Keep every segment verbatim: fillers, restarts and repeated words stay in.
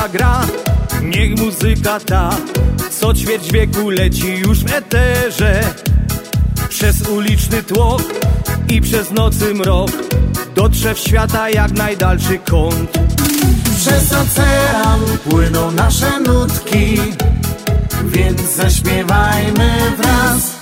fala gra, niech muzyka ta co ćwierć wieku leci już w eterze. Przez uliczny tłok i przez nocy mrok dotrze w świata jak najdalszy kąt. Przez ocean płyną nasze nutki, więc zaśpiewajmy wraz.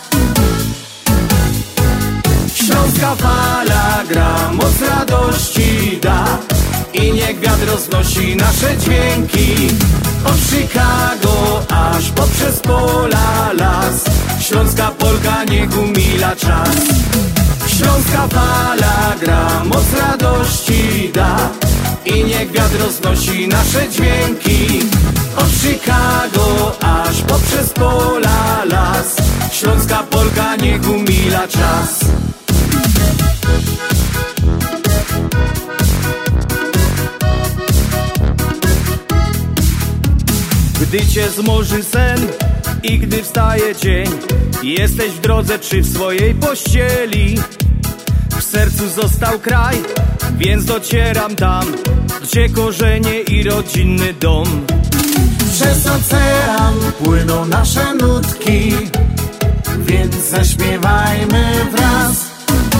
Śląska fala gra, moc radości da i niech wiatr roznosi nasze dźwięki. Od Chicago aż poprzez pola, las, śląska polka niech umila czas. Śląska fala gra, moc radości da i niech wiatr roznosi nasze dźwięki. Od Chicago aż poprzez pola, las, śląska polka niech umila czas. Gdy cię zmoży sen i gdy wstaje dzień, jesteś w drodze czy w swojej pościeli. W sercu został kraj, więc docieram tam, gdzie korzenie i rodzinny dom. Przez ocean płyną nasze nutki, więc zaśpiewajmy wraz.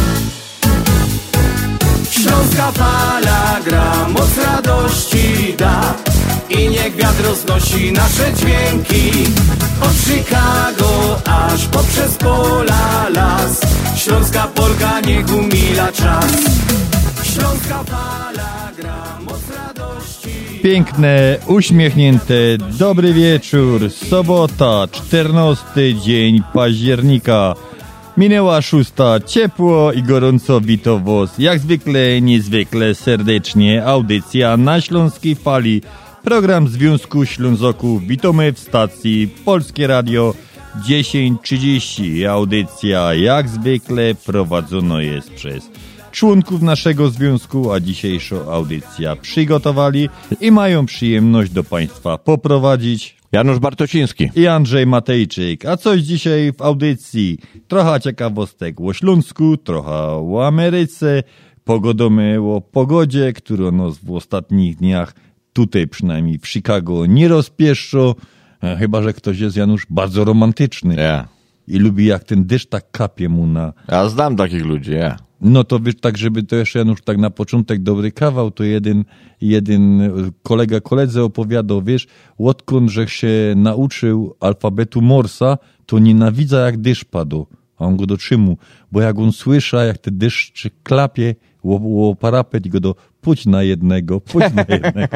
Śląska fala gra, moc radości da i niech wiatr roznosi nasze dźwięki. Od Chicago aż poprzez pola, las, śląska polka niech umila czas. Śląska fala gra, moc radości. Piękne, uśmiechnięte, dobry wieczór, sobota, czternasty dzień października. Minęła szósta, ciepło i gorąco wito was, jak zwykle, niezwykle serdecznie, audycja na Śląskiej Fali, program Związku Ślązoków, witamy w stacji Polskie Radio dziesięć trzydzieści, audycja jak zwykle prowadzona jest przez członków naszego związku, a dzisiejszą audycję przygotowali i mają przyjemność do Państwa poprowadzić Janusz Bartosiński i Andrzej Matejczyk. A coś dzisiaj w audycji? Trochę ciekawostek o Śląsku, trochę o Ameryce, pogodomy o pogodzie, która nas w ostatnich dniach tutaj przynajmniej w Chicago nie rozpieszczo, chyba że ktoś jest, Janusz, bardzo romantyczny. Ja. I lubi jak ten deszcz tak kapie mu na... Ja znam takich ludzi, ja. No to wiesz, tak żeby to jeszcze, Janusz, tak na początek dobry kawał, to jeden, jeden kolega koledze opowiadał, wiesz, odkąd żech się nauczył alfabetu Morsa, to nienawidza jak deszcz padł. A on go dotrzymał, bo jak on słysza, jak ten deszcz klapie o, o parapet i go do pójdź na jednego, pójdź na jednego.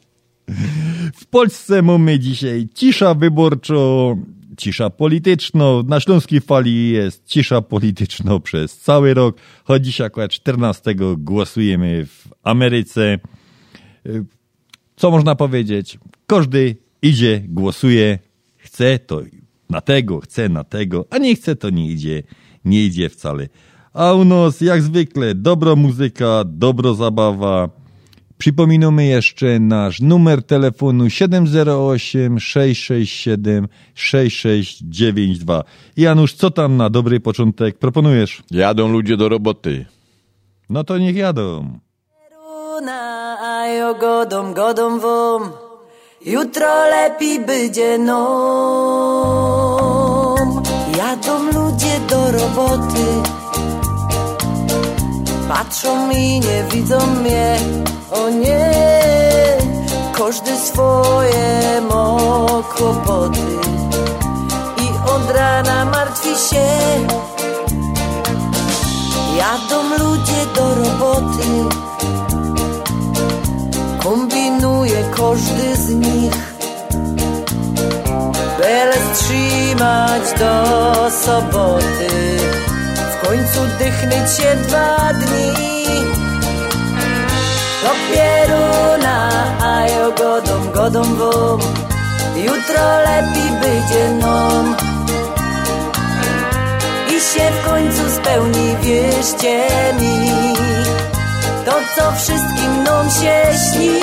W Polsce mamy dzisiaj cisza wyborczo, cisza polityczna. Na Śląskiej Fali jest cisza polityczna przez cały rok. Choć dzisiaj akurat czternastego głosujemy w Ameryce. Co można powiedzieć? Każdy idzie, głosuje, chce to na tego, chce na tego, a nie chce to nie idzie, nie idzie wcale. A u nas jak zwykle dobra muzyka, dobra zabawa. Przypominamy jeszcze nasz numer telefonu siedem zero osiem sześć sześć siedem sześć sześć dziewięć dwa. Janusz, co tam na dobry początek proponujesz? Jadą ludzie do roboty. No to niech jadą. Godom, godom wam, jutro lepiej będzie nam. Jadą ludzie do roboty, patrzą i nie widzą mnie. O nie, każdy swoje ma kłopoty i od rana martwi się. Jadą ludzie do roboty, kombinuje każdy z nich, byle wstrzymać do soboty, w końcu dychnyć się dwa dni. Do pieruna, a ja godom, godom wam, jutro lepiej będzie nam. I się w końcu spełni, wierzcie mi, to co wszystkim nam się śni.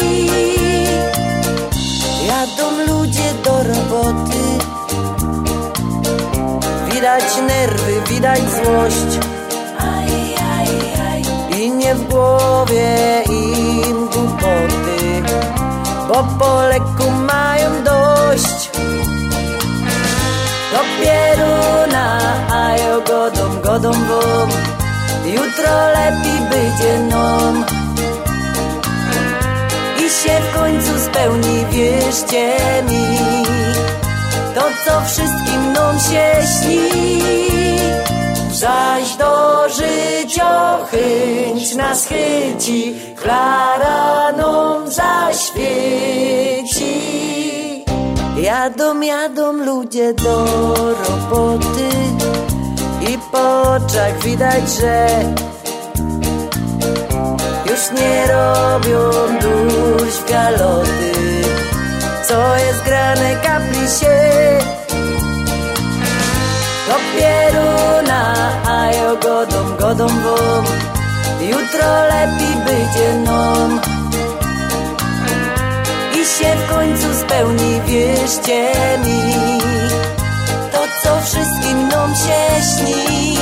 Jadą ludzie do roboty, widać nerwy, widać złość, i nie w głowie im głupoty. bo po leku mają dość. Do pieruna, a jo godom, godom wom, jutro lepiej będzie nam. I się w końcu spełni, wierzcie mi, to co wszystkim nam się śni. Zaś do życia chęć nas chyci, Klara nam zaświeci. Jadą, jadą ludzie do roboty i po oczach widać, że już nie robią dusz w galoty. Co jest grane, kapli się do pieruna, a jo godom, godom wom, jutro lepiej będzie nam. I się w końcu spełni, wierzcie mi, to co wszystkim nam się śni.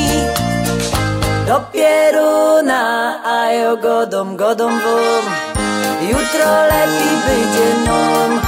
Do pieruna, a jo godom, godom wom, jutro lepiej będzie nam.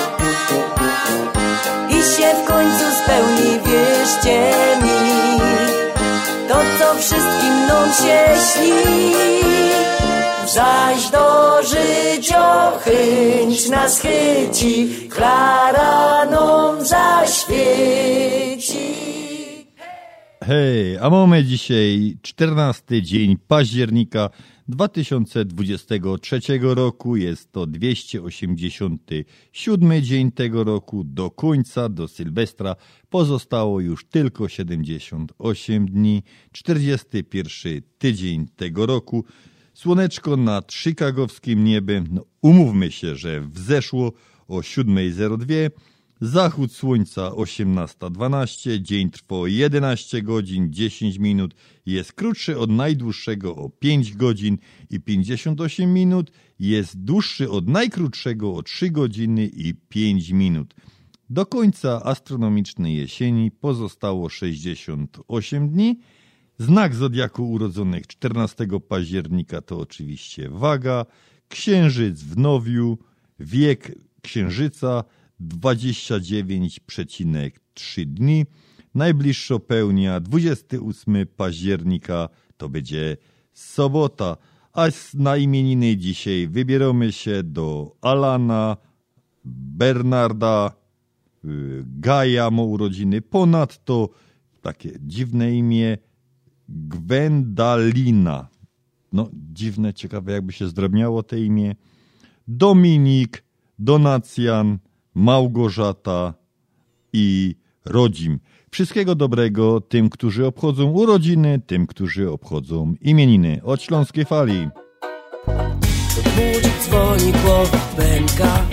I się w końcu spełni, wierzcie mi, to co wszystkim nam się śni. Zaś do życia chęć nas chyci, Klara nam zaświeci. Hej, a mamy dzisiaj czternasty dzień października dwa tysiące dwudziestego trzeciego roku. Jest to dwieście osiemdziesiąty siódmy dzień tego roku. Do końca, do Sylwestra pozostało już tylko siedemdziesiąt osiem dni. czterdziesty pierwszy tydzień tego roku. Słoneczko nad chicagowskim niebem. No, umówmy się, że wzeszło o siódma zero dwa. Zachód słońca osiemnasta dwanaście, dzień trwa jedenaście godzin dziesięć minut, jest krótszy od najdłuższego o pięć godzin i pięćdziesiąt osiem minut, jest dłuższy od najkrótszego o trzy godziny i pięć minut. Do końca astronomicznej jesieni pozostało sześćdziesiąt osiem dni. Znak zodiaku urodzonych czternastego października to oczywiście waga, księżyc w nowiu, wiek księżyca dwadzieścia dziewięć przecinek trzy dni. Najbliższa pełnia dwudziestego ósmego października to będzie sobota. A na imieniny dzisiaj wybieramy się do Alana, Bernarda, Gaja ma urodziny. Ponadto takie dziwne imię Gwendalina. No dziwne, ciekawe jakby się zdrobniało te imię. Dominik, Donacjan, Małgorzata i Rodzim. Wszystkiego dobrego tym, którzy obchodzą urodziny, tym, którzy obchodzą imieniny. Od Śląskiej Fali. Budzik dzwoni, głowa pęka,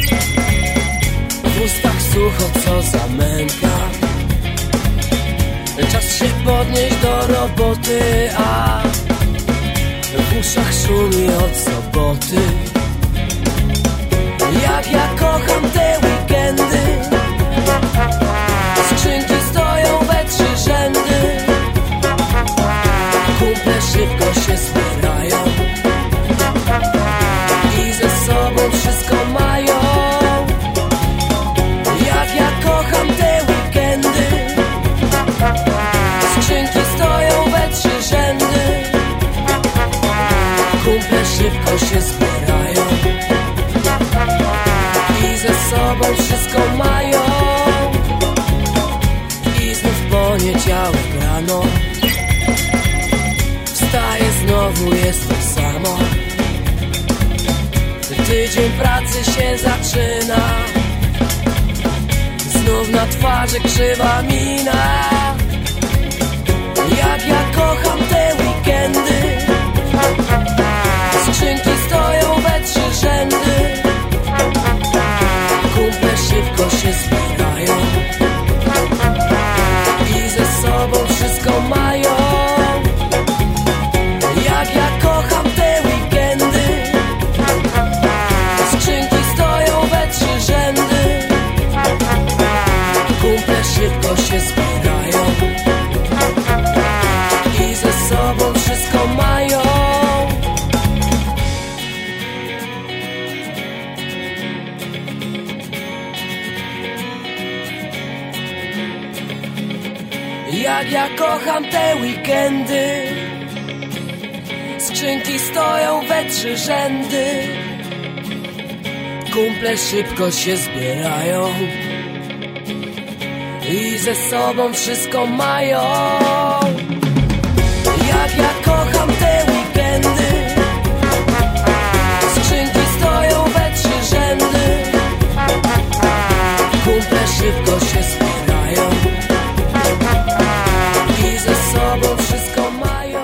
w ustach sucho, co za męka. Czas się podnieść do roboty, a w uszach szumi od soboty. Jak ja kocham te weekendy, skrzynki stoją we trzy rzędy, kumple szybko się zbierają i ze sobą wszystko mają. Jak ja kocham te weekendy, skrzynki stoją we trzy rzędy, kumple szybko się zbierają i ze sobą wszystko mają. I znów poniedziałek rano, wstaję znowu, jest to samo. Tydzień pracy się zaczyna, znów na twarzy krzywa mina. Jak ja kocham te weekendy, skrzynki stoją we trzy rzędy, kumple szybko się zbierają i ze sobą wszystko mają. Jak ja kocham te weekendy, skrzynki stoją we trzy rzędy, kumple szybko się zbierają i ze sobą wszystko mają. Jak ja kocham te weekendy, skrzynki stoją we trzy rzędy, kumple szybko się zbierają i ze sobą wszystko mają. Jak ja kocham te weekendy, skrzynki stoją we trzy rzędy, kumple szybko się zbierają i ze sobą wszystko mają.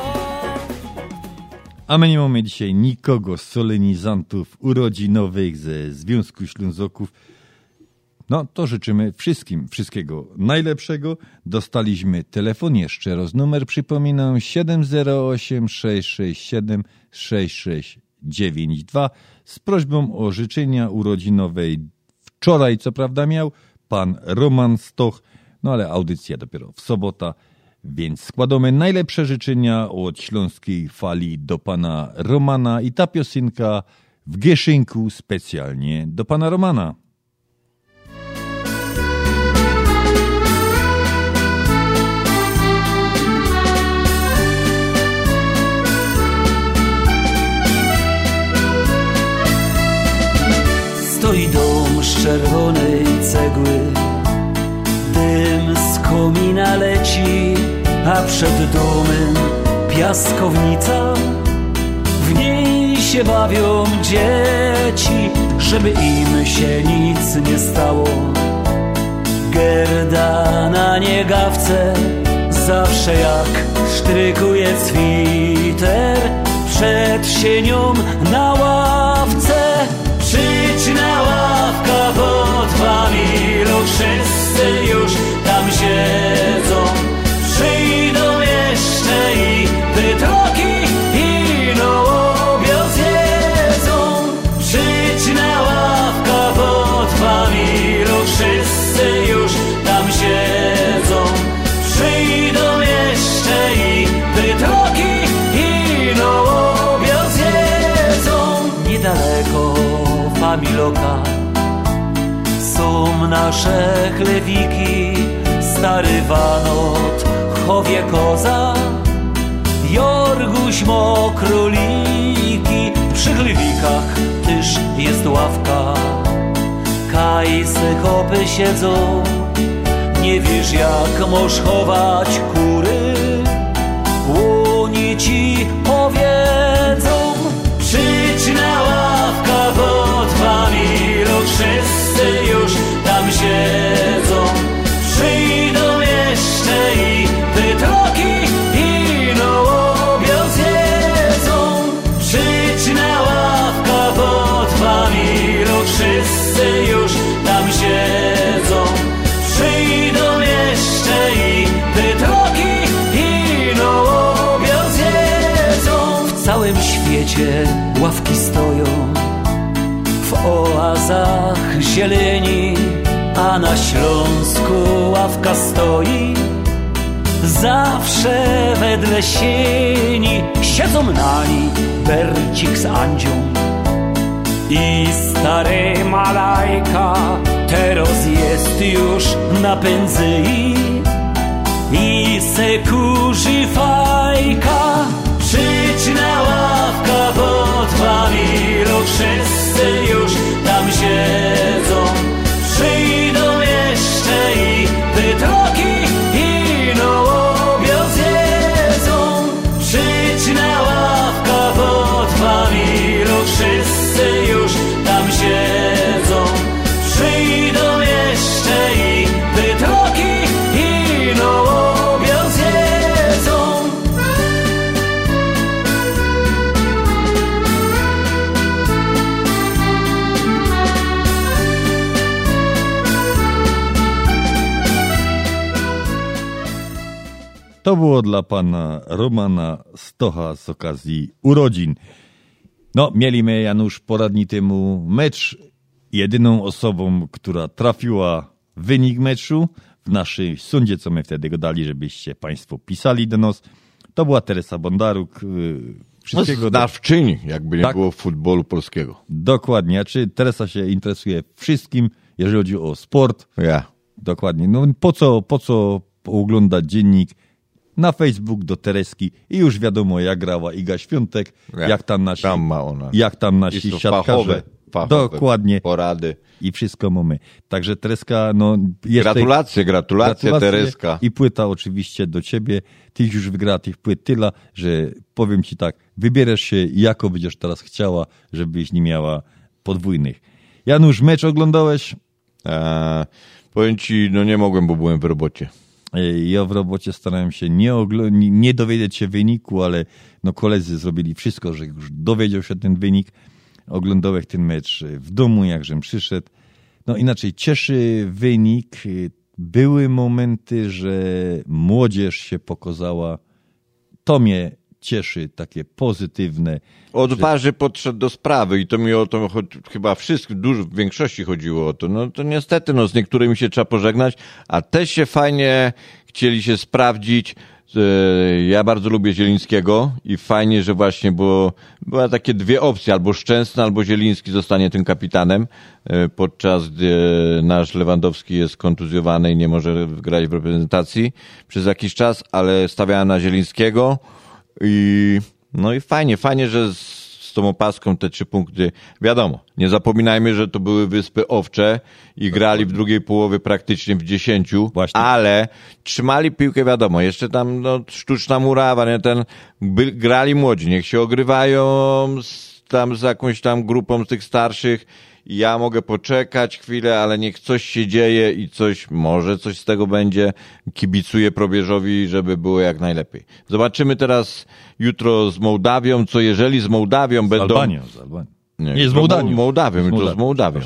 A my nie mamy dzisiaj nikogo z solenizantów urodzinowych ze Związku Ślązoków. No to życzymy wszystkim wszystkiego najlepszego. Dostaliśmy telefon, jeszcze raz numer przypominam siedem zero osiem sześć sześć siedem sześć sześć dziewięć dwa z prośbą o życzenia urodzinowej. Wczoraj co prawda miał pan Roman Stoch, no ale audycja dopiero w sobota, więc składamy najlepsze życzenia od Śląskiej Fali do pana Romana i ta piosenka w Gieszynku specjalnie do pana Romana. Stoi dom z czerwonej cegły, dym z komina leci, a przed domem piaskownica. W niej się bawią dzieci, żeby im się nic nie stało. Gerda na niegawce zawsze jak sztrykuje switer, przed sienią na ławce. Przyjdź na ławka pod familią, wszyscy już tam siedzą. Przyjdą jeszcze i pytroki i obiad zjedzą. Przyjdź na ławka pod familią, wszyscy już tam siedzą. Przyjdą jeszcze i pytroki i obiad zjedzą. Niedaleko Familoka są nasze chlewiki, stary Wanot, chowie koza, Jorguś mokroliki. Przy chlewikach też jest ławka, kajsy chopy siedzą. Nie wiesz jak możesz chować kury, oni ci powiedzą. Przyjdź na ławka pod familią, wszyscy już tam siedzą. Przyjdą jeszcze i pytroki i obiad zjedzą. Przyjdź na ławka pod familią, wszyscy już tam siedzą. Przyjdą jeszcze i pytroki i obiad zjedzą. W całym świecie ławki stoją w oazach zieleni, a na Śląsku ławka stoi zawsze wedle sieni. Siedzą na niej Bercik z Andzią i stary Malajka. Teraz jest już na pędzyi i se kurzy fajka. Przyjdź na ławka pod familią, wszyscy już tam siedzą. Przyjdą jeszcze i pytroki i obiad zjedzą. Przyjdź na ławka pod familią, wszyscy już tam siedzą. Przyjdą jeszcze i pytroki i obiad zjedzą. To było dla pana Romana Stocha z okazji urodzin. No, mieliśmy, Janusz, parę dni temu mecz. Jedyną osobą, która trafiła wynik meczu w naszej sądzie, co my wtedy go dali, żebyście państwo pisali do nas, to była Teresa Bondaruk. Wszystkiego Znawczyni, jakby nie tak, było futbolu polskiego. Dokładnie. Czy Teresa się interesuje wszystkim, jeżeli chodzi o sport? Ja. Dokładnie. No po co, po co oglądać dziennik, na Facebook do Tereski i już wiadomo, jak grała Iga Świątek, jak, jak tam nasi, tam ma ona. jak tam nasi siatkarze. Fachowe, fachowe dokładnie. Porady. I wszystko mamy. Także Tereska, no... Jeszcze... Gratulacje, gratulacje, gratulacje Tereska. I płyta oczywiście do ciebie. Ty już wygrała tych płyt tyle, że powiem ci tak, wybierasz się, jako będziesz teraz chciała, żebyś nie miała podwójnych. Janusz, mecz oglądałeś? Eee, powiem ci, no nie mogłem, bo byłem w robocie. Ja w robocie starałem się nie, ogl- nie dowiedzieć się wyniku, ale no koledzy zrobili wszystko, że już dowiedział się ten wynik. Oglądałem ten mecz w domu, jakżem przyszedł. No inaczej, cieszy wynik. Były momenty, że młodzież się pokazała. To mnie cieszy, takie pozytywne. Odważnie że... podszedł do sprawy i to mi o to chodzi, chyba wszystkich, dużo, w większości chodziło o to. No to niestety, no z niektórymi się trzeba pożegnać, a też się fajnie chcieli się sprawdzić. Ja bardzo lubię Zielińskiego i fajnie, że właśnie, bo były takie dwie opcje, albo Szczęsny, albo Zieliński zostanie tym kapitanem, podczas gdy nasz Lewandowski jest kontuzjowany i nie może grać w reprezentacji przez jakiś czas, ale stawiałem na Zielińskiego i no i fajnie, fajnie, że z, z tą opaską te trzy punkty, wiadomo, nie zapominajmy, że to były Wyspy Owcze i grali w drugiej połowie praktycznie w dziesięciu, Właśnie. ale trzymali piłkę, wiadomo, jeszcze tam no, sztuczna murawa, nie, ten, by, grali młodzi, niech się ogrywają z, tam z jakąś tam grupą z tych starszych. Ja mogę poczekać chwilę, ale niech coś się dzieje i coś, może coś z tego będzie. Kibicuję Probierzowi, żeby było jak najlepiej. Zobaczymy teraz jutro z Mołdawią, co jeżeli z Mołdawią z będą... Albanią, z Albanią. Nie, Nie, z Mołdawią. Mołdawią, z jutro z Mołdawią.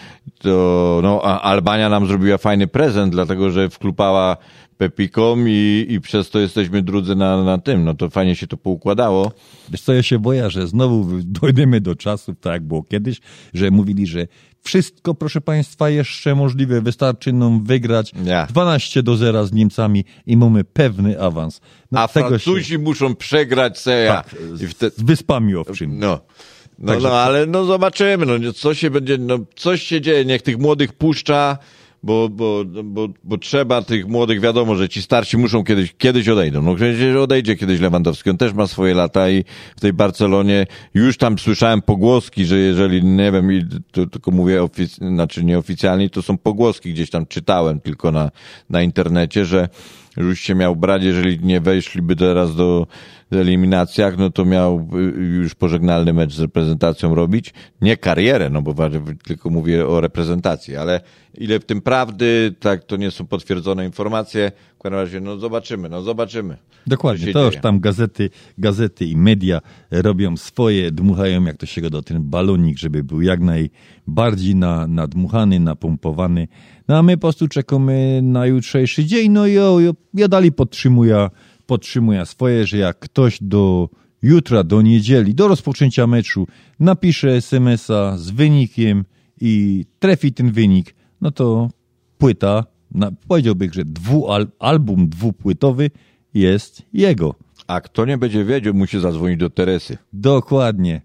To, no, a Albania nam zrobiła fajny prezent, dlatego że wklupała Pepikom i, i przez to jesteśmy drudzy na, na tym. No to fajnie się to poukładało. Wiesz co, ja się boję, że znowu dojdziemy do czasów, tak jak było kiedyś, że mówili, że wszystko, proszę państwa, jeszcze możliwe, wystarczy nam wygrać ja. dwanaście do zera z Niemcami i mamy pewny awans. No, a Francuzi się... muszą przegrać seja. Tak, z, te... z Wyspami Owczymi. No. No, Także... no, ale no zobaczymy, no co się będzie, no coś się dzieje, niech tych młodych puszcza, bo, bo, bo, bo trzeba tych młodych, wiadomo, że ci starsi muszą kiedyś, kiedyś odejdą. No przecież odejdzie kiedyś Lewandowski, on też ma swoje lata i w tej Barcelonie już tam słyszałem pogłoski, że jeżeli, nie wiem, to tylko mówię ofic- znaczy nieoficjalnie, to są pogłoski, gdzieś tam czytałem tylko na, na internecie, że już się miał brać, jeżeli nie weszliby teraz do eliminacjach, no to miał już pożegnalny mecz z reprezentacją robić. Nie karierę, no bo tylko mówię o reprezentacji, ale ile w tym prawdy, tak, to nie są potwierdzone informacje. W każdym razie, no zobaczymy, no zobaczymy. Dokładnie, to już tam gazety, gazety i media robią swoje, dmuchają, jak to się go ten balonik, żeby był jak najbardziej na, nadmuchany, napompowany. No a my po prostu czekamy na jutrzejszy dzień, no i ja, ja dalej podtrzymuję, podtrzymuję swoje, że jak ktoś do jutra, do niedzieli, do rozpoczęcia meczu napisze es em es a z wynikiem i trafi ten wynik, no to płyta, na, powiedziałbym, że dwu, al, album dwupłytowy jest jego. A kto nie będzie wiedział, musi zadzwonić do Teresy. Dokładnie.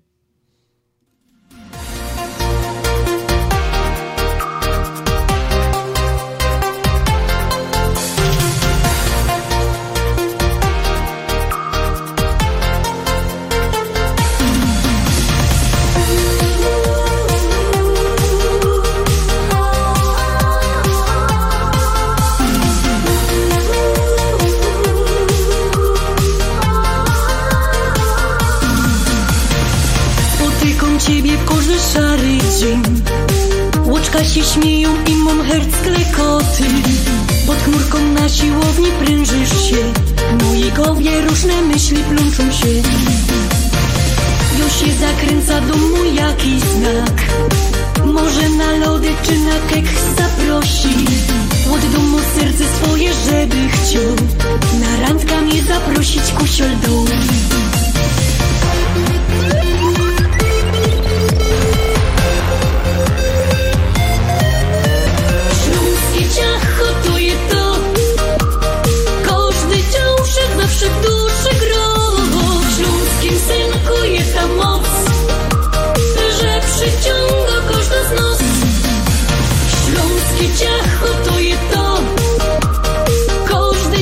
Ciebie w korze szary dzień. Łoczka się śmieją i mą herc klekoty. Pod chmurką na siłowni prężysz się. W mojej głowie różne myśli plączą się. Już się zakręca do mój jakiś znak. Może na lody czy na kek zaprosi. Od domu serce swoje, żeby chciał na randka mnie zaprosić kusiol dół. Hotuje to. Każdy dział wszedł zawsze w duszy gro. W śląskim synku jest ta moc, że przyciąga każda z nas. Śląski ciach hotuje to. Każdy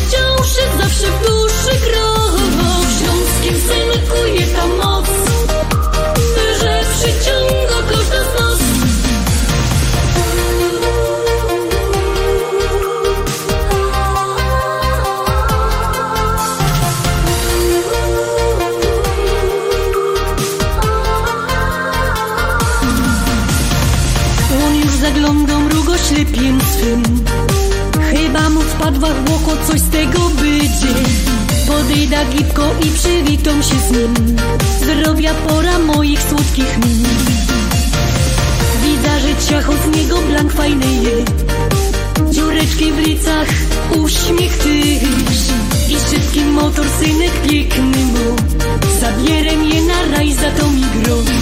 oślepieństwem. Chyba mu wpadła w oko, coś z tego będzie. Podejdę gipko i przywitam się z nim. Zdrowia pora moich słodkich min. Widzę, że ciacho z niego blank fajny je. Dziureczki w licach, uśmiech tyż. I szybki motor, synek piękny mu. Zabierem je na raj, za to mi grozi.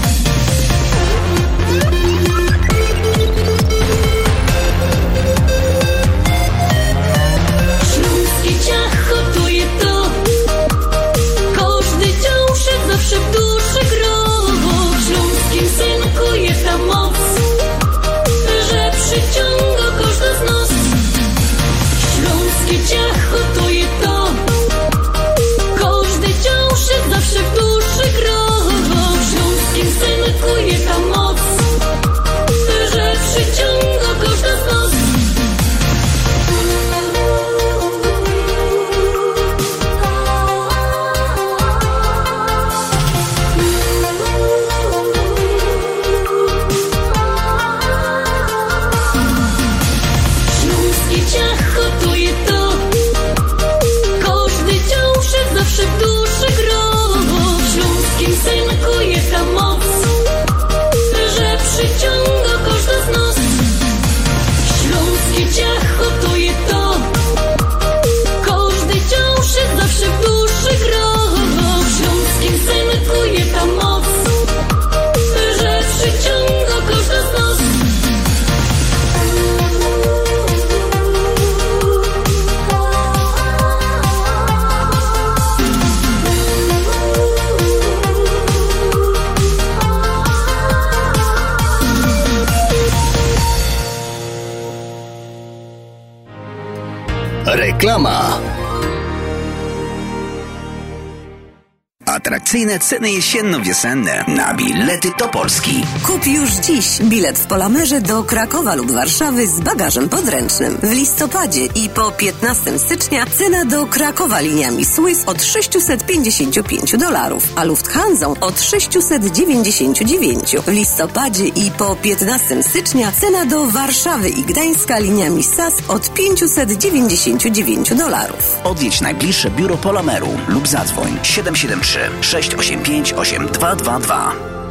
Śląskie ciacho to je to. Każdy ciąż zawsze w duszy growo. W śląskim synku jest ta moc, że przyciąga każdy z nas. Śląskie ciacho to je to. Każdy ciąż zawsze w duszy growo. W śląskim synku jest ta moc, że przyciąga każdy z nas. Reklama. Atrakcyjne ceny jesienno-wiosenne na bilety do Polski. Kup już dziś bilet w Polamerze do Krakowa lub Warszawy z bagażem podręcznym. W listopadzie i po piętnastego stycznia cena do Krakowa liniami Swiss od sześćset pięćdziesiąt pięć dolarów, a Lufthansą od sześćset dziewięćdziesiąt dziewięć. W listopadzie i po piętnastego stycznia cena do Warszawy i Gdańska liniami S A S od pięćset dziewięćdziesiąt dziewięć dolarów. Odwiedź najbliższe biuro Polameru lub zadzwoń siedem siedem trzy sześć osiem pięć osiem dwa dwa dwa.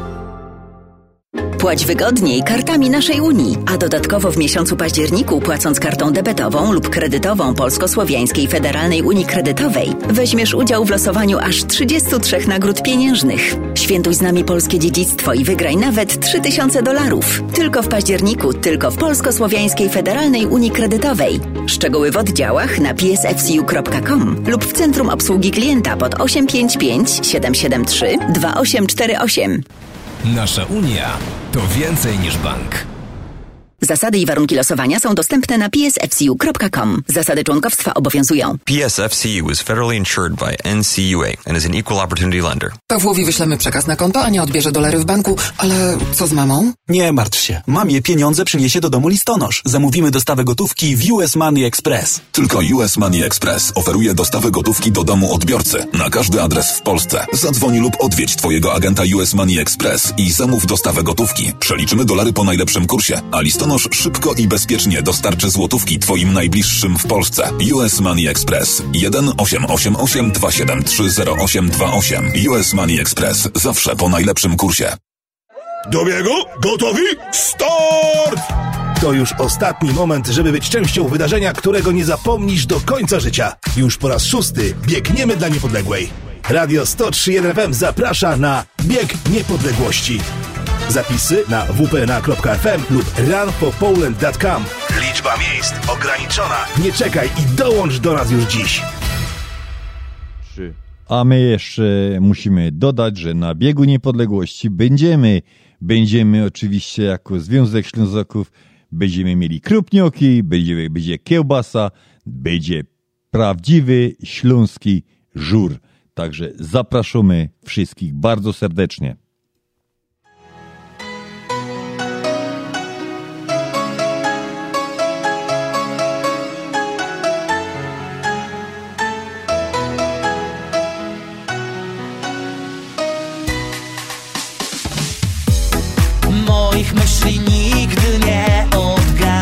Płać wygodniej kartami naszej Unii, a dodatkowo w miesiącu październiku, płacąc kartą debetową lub kredytową Polsko-Słowiańskiej Federalnej Unii Kredytowej, weźmiesz udział w losowaniu aż trzydziestu trzech nagród pieniężnych. Świętuj z nami polskie dziedzictwo i wygraj nawet trzy tysiące dolarów. Tylko w październiku, tylko w Polsko-Słowiańskiej Federalnej Unii Kredytowej. Szczegóły w oddziałach na p s f c u kropka com lub w Centrum Obsługi Klienta pod osiem pięć pięć siedem siedem trzy dwa osiem cztery osiem. Nasza Unia to więcej niż bank. Zasady i warunki losowania są dostępne na p s f c u kropka com. Zasady członkowstwa obowiązują. P S F C U is federally insured by N C U A and is an equal opportunity lender. Pawłowi wyślemy przekaz na konto, a nie odbierze dolary w banku, ale co z mamą? Nie martw się. Mamie pieniądze przyniesie do domu listonosz. Zamówimy dostawę gotówki w U S Money Express. Tylko U S Money Express oferuje dostawę gotówki do domu odbiorcy na każdy adres w Polsce. Zadzwoń lub odwiedź twojego agenta U S Money Express i zamów dostawę gotówki. Przeliczymy dolary po najlepszym kursie, a listonosz szybko i bezpiecznie dostarczy złotówki twoim najbliższym w Polsce. U S Money Express jeden osiem osiem osiem dwa siedem trzy zero osiem dwa osiem. U S Money Express zawsze po najlepszym kursie. Do biegu? Gotowi? Start! To już ostatni moment, żeby być częścią wydarzenia, którego nie zapomnisz do końca życia. Już po raz szósty biegniemy dla niepodległej. Radio sto trzy jeden F M zaprasza na Bieg Niepodległości. Zapisy na w p n a kropka f m lub run for poland kropka com. Liczba miejsc ograniczona. Nie czekaj i dołącz do nas już dziś. A my jeszcze musimy dodać, że na Biegu Niepodległości będziemy, będziemy oczywiście jako Związek Ślązaków, będziemy mieli krupnioki, będzie, będzie kiełbasa, będzie prawdziwy śląski żur. Także zapraszamy wszystkich bardzo serdecznie. Moich myśli nigdy nie odgadniesz.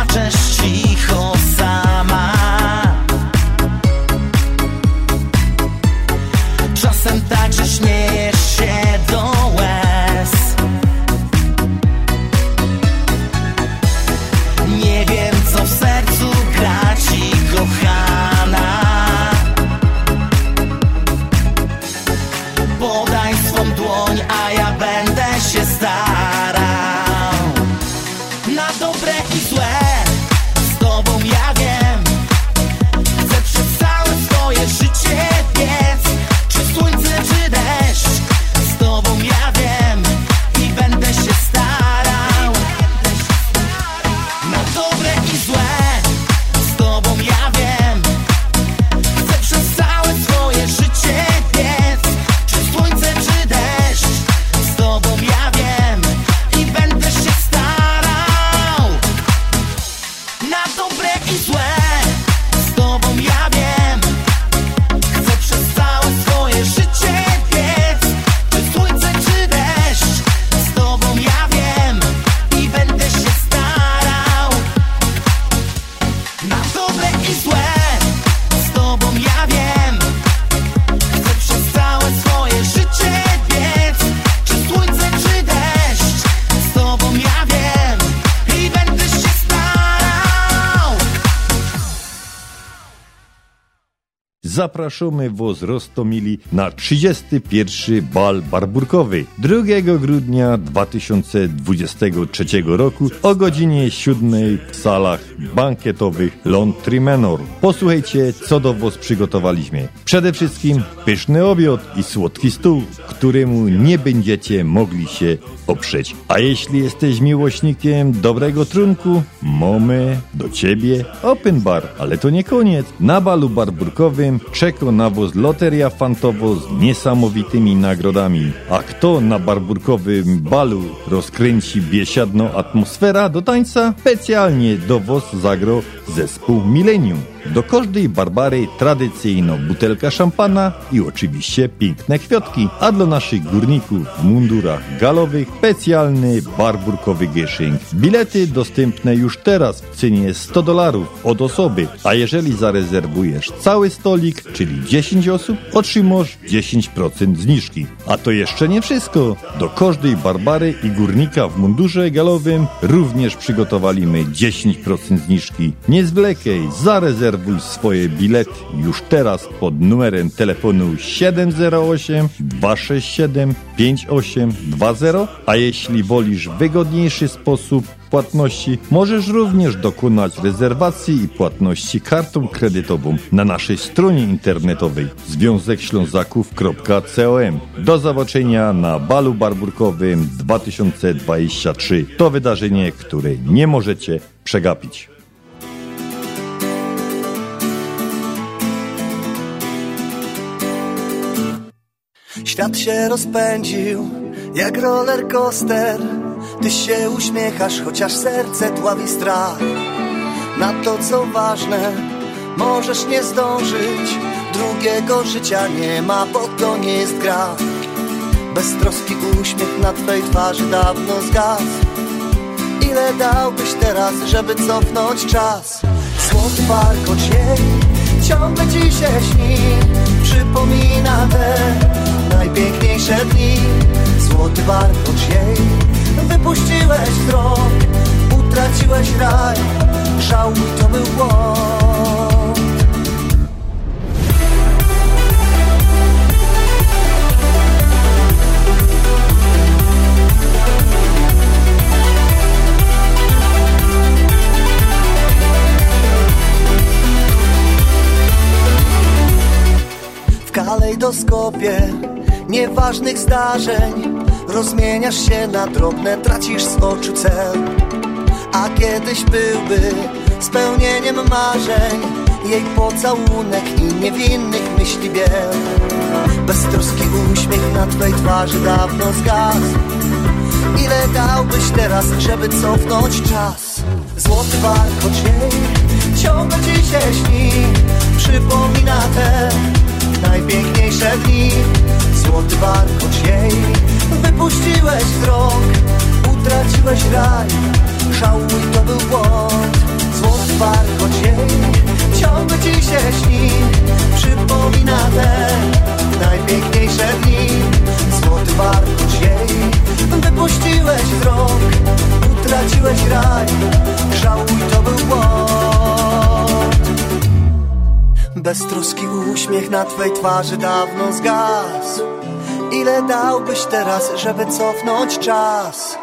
płaczesz cicho sama. Czasem także śmiejesz się do łez. Nie wiem, co w sercu gra ci, kochana. Podaj swą dłoń, a ja będę się starał. Na dobre i złe z tobą ja wiem. Chcę przez całe swoje życie biec. Czy słońce, czy deszcz, z tobą ja wiem i będę się starał. Na dobre i złe z tobą ja wiem. Chcę przez całe swoje życie biec. Czy słońce, czy deszcz, z tobą ja wiem i będę się starał. Na dobre i złe z tobą ja wiem. Chcę przez całe swoje życie biec. Czy słońce, czy deszcz, z tobą ja wiem i będę się starał. Na dobre i złe z tobą ja wiem. Chcę przez całe swoje życie biec. Czy słońce, czy deszcz, z tobą ja wiem i będę się starał. Zapraszamy was, Rostomili, na trzydziesty pierwszy bal barburkowy drugiego grudnia dwa tysiące dwudziestego trzeciego roku o godzinie siódmej w salach bankietowych Laundry Manor. Posłuchajcie, co do was przygotowaliśmy. Przede wszystkim pyszny obiad i słodki stół, któremu nie będziecie mogli się oprzeć. A jeśli jesteś miłośnikiem dobrego trunku, mamy do ciebie open bar. Ale to nie koniec. Na balu barburkowym czeka na was loteria fantowo z niesamowitymi nagrodami. A kto na barburkowym balu rozkręci biesiadną atmosfera do tańca? Specjalnie do was zagrał zespół Millennium. Do każdej Barbary tradycyjna butelka szampana i oczywiście piękne kwiatki. A dla naszych górników w mundurach galowych specjalny barburkowy gieszynk. Bilety dostępne już teraz w cenie sto dolarów od osoby. A jeżeli zarezerwujesz cały stolik, czyli dziesięć osób, otrzymasz dziesięć procent zniżki. A to jeszcze nie wszystko. Do każdej Barbary i górnika w mundurze galowym również przygotowaliśmy dziesięć procent zniżki. Nie zwlekaj, zarezerwuj swoje bilety już teraz pod numerem telefonu siedem zero osiem dwa sześć siedem pięć osiem dwa zero, a jeśli wolisz wygodniejszy sposób płatności, możesz również dokonać rezerwacji i płatności kartą kredytową na naszej stronie internetowej związek ślązaków kropka com. Do zobaczenia na balu barburkowym dwa tysiące dwudziestym trzecim. To wydarzenie, które nie możecie przegapić. Świat się rozpędził jak roller coaster. Ty się uśmiechasz, chociaż serce dławi strach. Na to, co ważne, możesz nie zdążyć. Drugiego życia nie ma, bo to nie jest gra. Beztroski uśmiech na twej twarzy dawno zgasł. Ile dałbyś teraz, żeby cofnąć czas? Złoty warkocz jej ciągle ci się śni. Przypomina te najpiękniejsze dni. Złoty warkocz jej wypuściłeś wzrok, utraciłeś raj. Żałuj, to był błąd. W kalejdoskopie nieważnych zdarzeń rozmieniasz się na drobne, tracisz z oczu cel. A kiedyś byłby spełnieniem marzeń jej pocałunek i niewinnych myśli biel. Beztroski uśmiech na twej twarzy dawno zgasł. Ile dałbyś teraz, żeby cofnąć czas? Złoty warkocz jej ciągle ci się śni. Przypomina te najpiękniejsze dni. Złoty warkocz jej wypuściłeś wzrok, utraciłeś raj. Żałuj, to był błąd. Złoty warkocz jej ciągle ci się śni, przypomina te najpiękniejsze dni. Złoty warkocz jej wypuściłeś z rąk, utraciłeś raj, żałuj, to był błąd. Beztroski uśmiech na twej twarzy dawno zgasł. Ile dałbyś teraz, żeby cofnąć czas?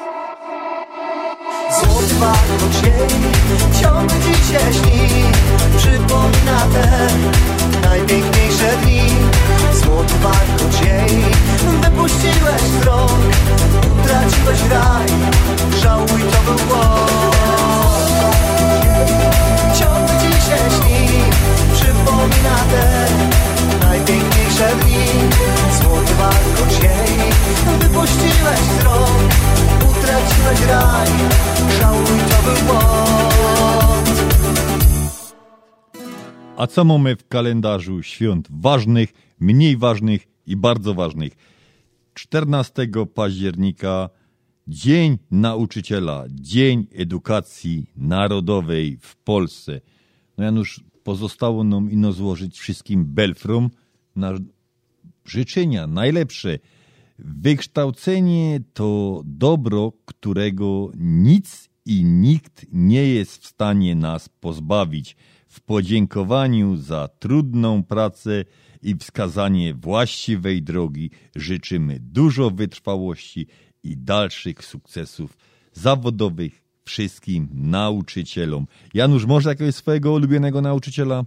Złoty warkocz jej ciągle ci się śni, przypomina te najpiękniejsze dni. Złoty warkocz jej wypuściłeś z rąk, utraciłeś raj, żałuj, to był błąd. Ciągle ci się śni, przypomina te najpiękniejsze dni. Złoty warkocz jej wypuściłeś z rąk, utraciłeś raj, żałuj, to był błąd. A co mamy w kalendarzu świąt ważnych, mniej ważnych i bardzo ważnych? czternastego października Dzień Nauczyciela, Dzień Edukacji Narodowej w Polsce. No Janusz, pozostało nam ino złożyć wszystkim belfrom na życzenia najlepsze. Wykształcenie to dobro, którego nic i nikt nie jest w stanie nas pozbawić. W podziękowaniu za trudną pracę i wskazanie właściwej drogi życzymy dużo wytrwałości i dalszych sukcesów zawodowych wszystkim nauczycielom. Janusz, może jakiegoś swojego ulubionego nauczyciela?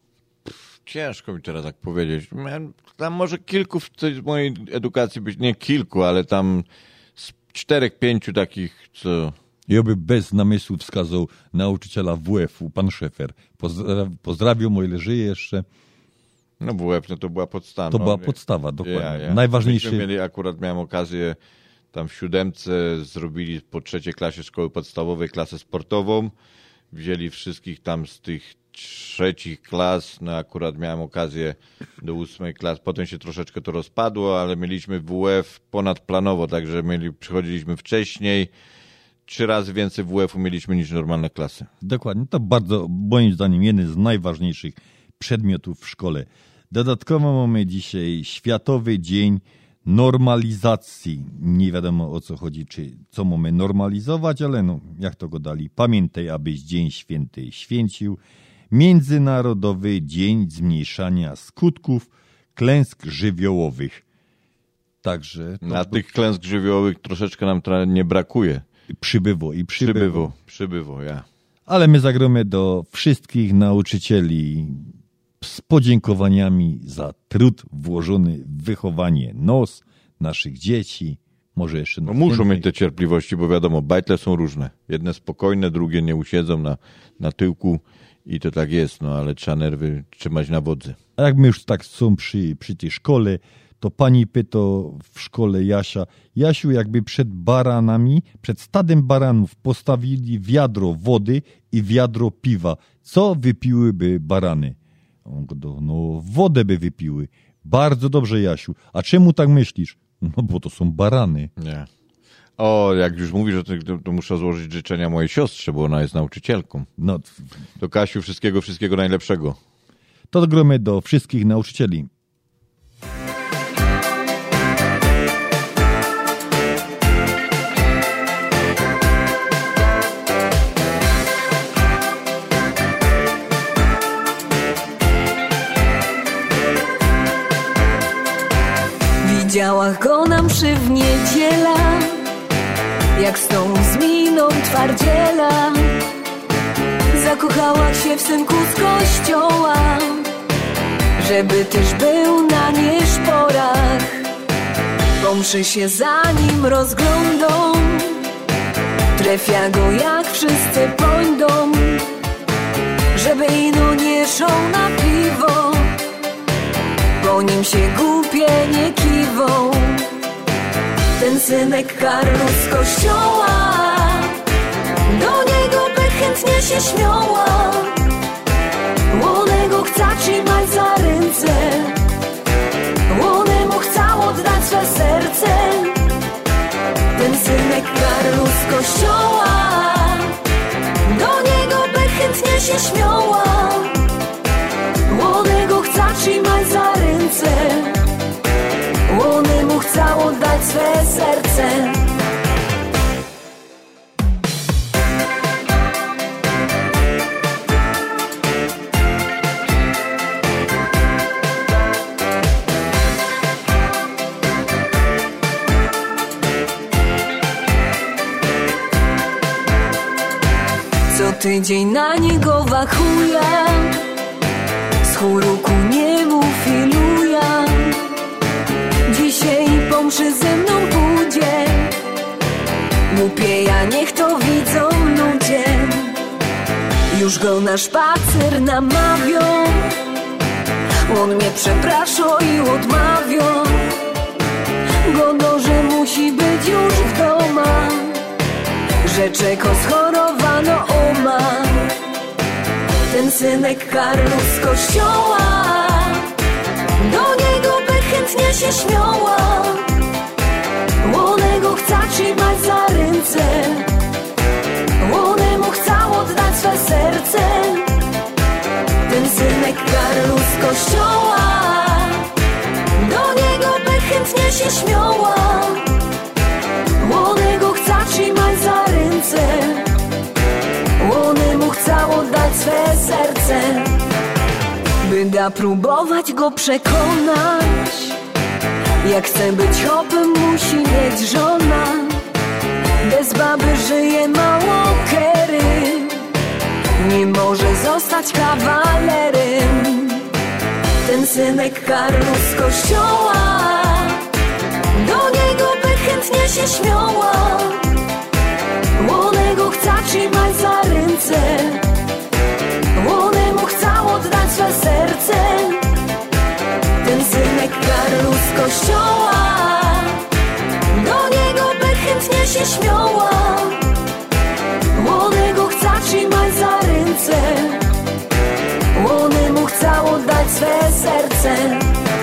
Ciężko mi teraz tak powiedzieć. Tam może kilku w tej mojej edukacji być, nie kilku, ale tam z czterech, pięciu takich, co... Ja by bez namysłu wskazał nauczyciela W F-u, pan Szefer. Pozdra- pozdrawiam, o ile żyje jeszcze. No W F, no to była podstawa. To no, była wie. podstawa, dokładnie. Ja, ja. Najważniejszy... Myśmy mieli, akurat miałem okazję, tam w siódemce zrobili po trzeciej klasie szkoły podstawowej klasę sportową. Wzięli wszystkich tam z tych trzecich klas, no akurat miałem okazję do ósmej klas. Potem się troszeczkę to rozpadło, ale mieliśmy W F ponadplanowo, także mieli, przychodziliśmy wcześniej. Trzy razy więcej W F-u mieliśmy niż normalne klasy. Dokładnie. To bardzo, moim zdaniem, jeden z najważniejszych przedmiotów w szkole. Dodatkowo mamy dzisiaj Światowy Dzień Normalizacji. Nie wiadomo, o co chodzi, czy co mamy normalizować, ale no, jak to go dali. Pamiętaj, abyś Dzień Święty święcił. Międzynarodowy Dzień Zmniejszania Skutków Klęsk Żywiołowych. Także... Na to... tych klęsk żywiołowych troszeczkę nam tra- nie brakuje. Przybywo i przybywo. Przybywo, przybywo, ja. Ale my zagromy do wszystkich nauczycieli z podziękowaniami za trud włożony w wychowanie nos naszych dzieci. Może jeszcze... No muszą mieć te cierpliwości, bo wiadomo, bajtle są różne. Jedne spokojne, drugie nie usiedzą na, na tyłku i to tak jest, no ale trzeba nerwy trzymać na wodzy. A jak my już tak są przy, przy tej szkole, to pani pyto w szkole Jasia, Jasiu, jakby przed baranami, przed stadem baranów postawili wiadro wody i wiadro piwa, co wypiłyby barany? On go, no wodę by wypiły. Bardzo dobrze, Jasiu. A czemu tak myślisz? No bo to są barany. Nie. O, jak już mówisz, to, to, to muszę złożyć życzenia mojej siostrze, bo ona jest nauczycielką. No. To Kasiu, wszystkiego, wszystkiego najlepszego. To gromy do wszystkich nauczycieli. Widziała go na mszy w niedziela, jak z tą z miną twardziela. Zakochała się w synku z kościoła, żeby też był na nieszporach. Po mszy się za nim rozglądą, trefia go jak wszyscy pojdą, żeby ino nie szał na piwo. Po nim się głupie nie kiwą. Ten synek Karlu z kościoła, do niego by chętnie się śmiała. Łonego chca trzymać za ręce, łonemu chca oddać swe serce. Ten synek Karlu z kościoła, do niego by się śmiała. Młodego chce trzymać za ręce, łony mu chce oddać swe serce. Co tydzień na niego wachuje, z chóru ku niemu filuje. Dzisiaj po mszy ze mną pójdzie, głupieja niech to widzą ludzie. Już go na spacer namawią, on mnie przeprasza i odmawią. Godo, że musi być już w doma, że czeko schorowano oma. Ten synek Karlu z kościoła, do niego by chętnie się śmiała. Łonego chce trzymać za ręce, łonemu chce oddać swe serce. Ten synek Karlu z kościoła, do niego by chętnie się śmiała. Łonego chce trzymać za ręce, łonemu chce oddać swe serce. By da próbować go przekonać, jak chce być hopem musi mieć żona. Bez baby żyje mało kery, nie może zostać kawalerem. Ten synek Karlu z kościoła, do niego by chętnie się śmiała. Łonego chce trzymać za ręce, łonemu chce oddać swe serce. Ten synek Karlu z kościoła, do niego by chętnie się śmiała. Łonego chce trzymać za ręce, łonemu chce oddać swe serce.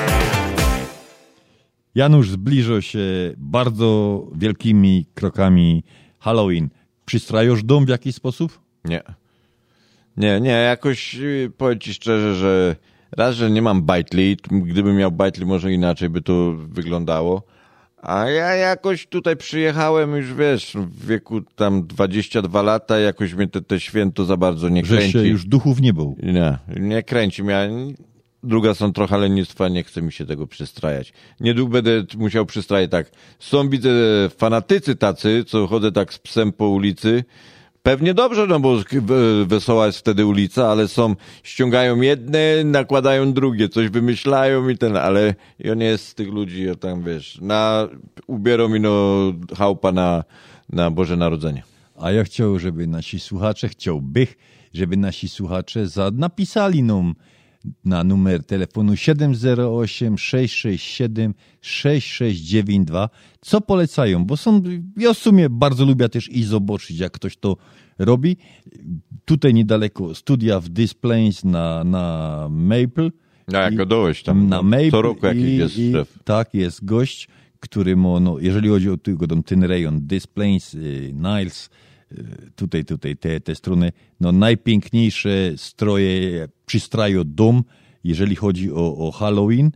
Janusz zbliża się bardzo wielkimi krokami Halloween. Przystrajosz dom w jakiś sposób? Nie. Nie, nie, jakoś powiem ci szczerze, że raz, że nie mam bajtli, gdybym miał bajtli, może inaczej by to wyglądało, a ja jakoś tutaj przyjechałem już, wiesz, w wieku tam dwadzieścia dwa lata, jakoś mnie te, te święto za bardzo nie kręci. Że się już duchów nie był. Nie, nie kręci mnie. Druga są trochę lenistwa, nie chce mi się tego przystrajać. Niedługo będę musiał przystrajać tak. Są, widzę, fanatycy tacy, co chodzę tak z psem po ulicy. Pewnie dobrze, no bo wesoła jest wtedy ulica, ale są, ściągają jedne, nakładają drugie, coś wymyślają i ten, ale ja nie jest z tych ludzi, ja tam, wiesz, na, ubierą mi no chałupa na, na Boże Narodzenie. A ja chciał, żeby nasi słuchacze, chciałbych, żeby nasi słuchacze za, napisali nam na numer telefonu siedem zero osiem sześć sześć siedem sześć sześć dziewięć dwa, co polecają, bo są, ja w sumie bardzo lubię też i zobaczyć, jak ktoś to robi. Tutaj niedaleko studia w This Plains na, na Maple. No jak go dołeś tam, na Maple co roku jakiś i, jest i, szef. Tak, jest gość, który ma, no, jeżeli chodzi o ten rejon, This Plains, Niles, tutaj, tutaj te, te strony, no najpiękniejsze stroje przystrają dom, jeżeli chodzi o, o Halloween.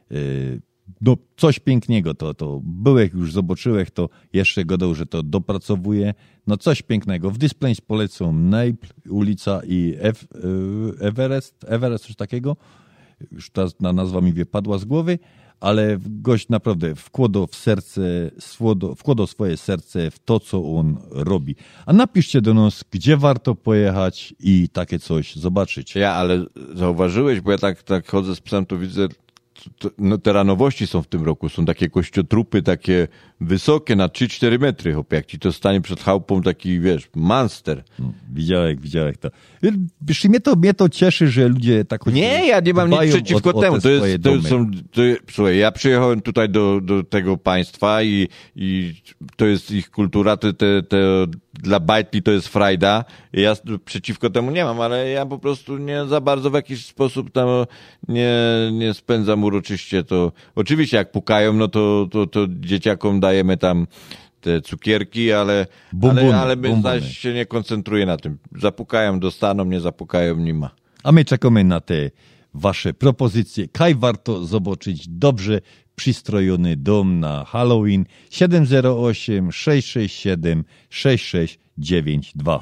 No coś pięknego, to, to byłeś już, zobaczyłeś, to jeszcze gadał, że to dopracowuje. No coś pięknego. W This Plains polecą Naple, ulica i F, Everest, Everest, coś takiego. Już ta nazwa mi wypadła z głowy, ale gość naprawdę wkładał w serce, wkładał swoje serce w to, co on robi. A napiszcie do nas, gdzie warto pojechać i takie coś zobaczyć. Ja, ale zauważyłeś, bo ja tak, tak chodzę z psem, to widzę, to, no, te ranowości są w tym roku, są takie kościotrupy, takie wysokie, na trzy cztery metry, hop, jak ci to stanie przed chałupą, taki, wiesz, monster. No, widziałeś, widziałeś to. Wiesz, mnie to, mnie to cieszy, że ludzie tak... Nie, ja nie mam nic przeciwko o, temu. O to jest, to są, to, słuchaj, ja przyjechałem tutaj do, do tego państwa i, i to jest ich kultura, to, te, te, dla bajtli to jest frajda. Ja przeciwko temu nie mam, ale ja po prostu nie za bardzo w jakiś sposób tam nie, nie spędzam uroczyście to. Oczywiście jak pukają, no to, to, to dzieciakom dajemy tam te cukierki, ale, Bumbony, ale, ale my bumbony. zaś się nie koncentruję na tym. Zapukają, dostaną, nie zapukają, nie ma. A my czekamy na te wasze propozycje. Kaj warto zobaczyć dobrze przystrojony dom na Halloween siedem zero osiem sześć sześć siedem sześć sześć dziewięć dwa.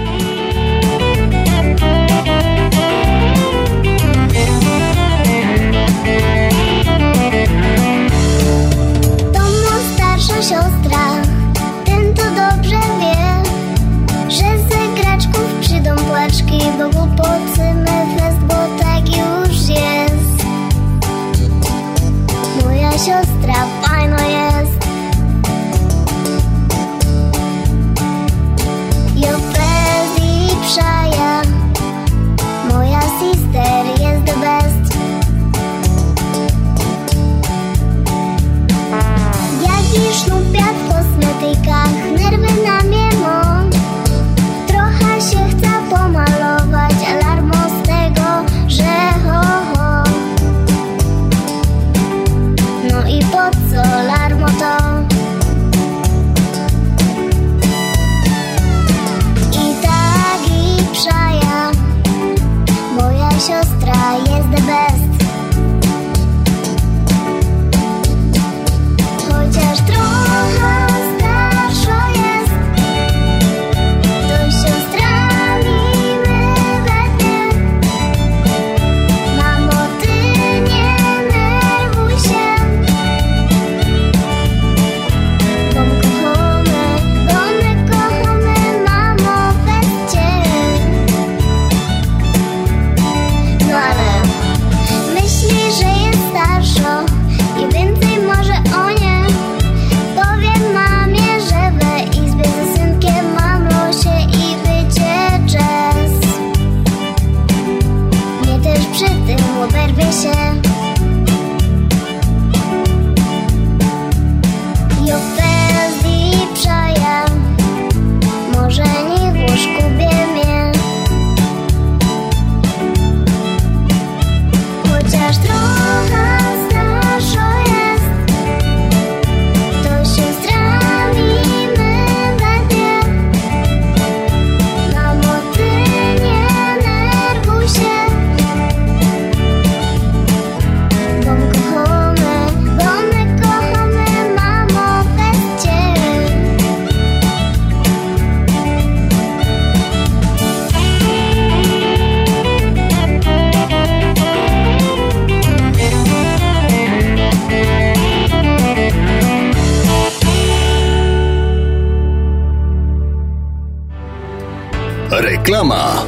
Siostra, ten to dobrze wie, że z graczków przyjdą płaczki, bo głupocymy fest, bo tak już jest. Moja siostra fajna jest. Jo fest i przaja, moja sister jest the best. Jaki sznupiat w kosmetykach, nerwy na miemo. Trochę się chce pomalować, alarmo z tego, że ho ho. No i po co alarmo to? I tak i przaja, moja siostra jest the best. Chociaż trochę starsza jest, to siostrami my we dnie. Mamo, ty nie nerwuj się, bo my kochamy, bo my kochamy, mamo, bez ciebie. No ale myśli, że jest starsza i więcej może o nie. Powiem mamie, że we izbie ze synkiem mam losie i wycie jazz. Mnie też przy tym oberwie się. Jo fest i przaja, może niech w łóżku bie mnie. Chociaż trochę starsza jest, to siostrami my we dnie. Mamo, ty nie nerwuj się, bo my kochamy, bo my kochamy, mamo, bez ciebie. Reklama.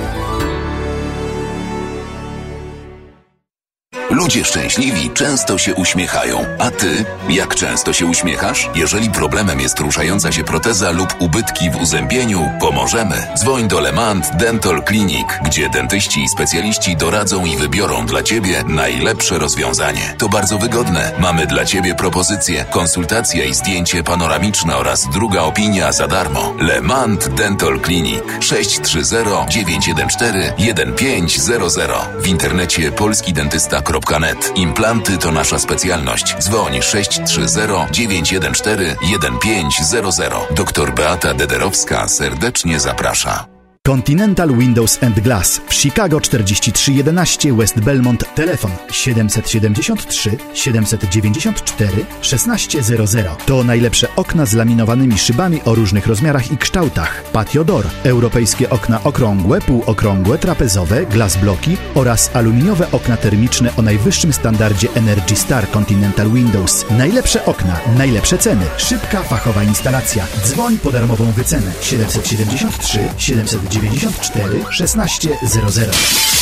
Ludzie szczęśliwi często się uśmiechają. A ty, jak często się uśmiechasz? Jeżeli problemem jest ruszająca się proteza lub ubytki w uzębieniu, pomożemy. Dzwoń do Lemant Dental Clinic, gdzie dentyści i specjaliści doradzą i wybiorą dla ciebie najlepsze rozwiązanie. To bardzo wygodne. Mamy dla ciebie propozycje, konsultacja i zdjęcie panoramiczne oraz druga opinia za darmo. Lemant Dental Clinic sześć trzy zero dziewięć jeden cztery jeden pięć zero zero. W internecie polskidentysta kropka net. Implanty to nasza specjalność. Dzwoń sześć trzy zero dziewięć jeden cztery jeden pięć zero zero. Doktor Beata Dederowska serdecznie zaprasza. Continental Windows and Glass w Chicago czterdzieści trzy jedenaście West Belmont. Telefon siedem siedem trzy siedem dziewięć cztery szesnaście zero zero. To najlepsze okna z laminowanymi szybami o różnych rozmiarach i kształtach. Patio door, europejskie okna okrągłe, półokrągłe, trapezowe, glass bloki oraz aluminiowe okna termiczne o najwyższym standardzie Energy Star Continental Windows. Najlepsze okna, najlepsze ceny, szybka, fachowa instalacja. Dzwoń po darmową wycenę siedem siedem trzy siedem dziewięć cztery szesnaście zero zero.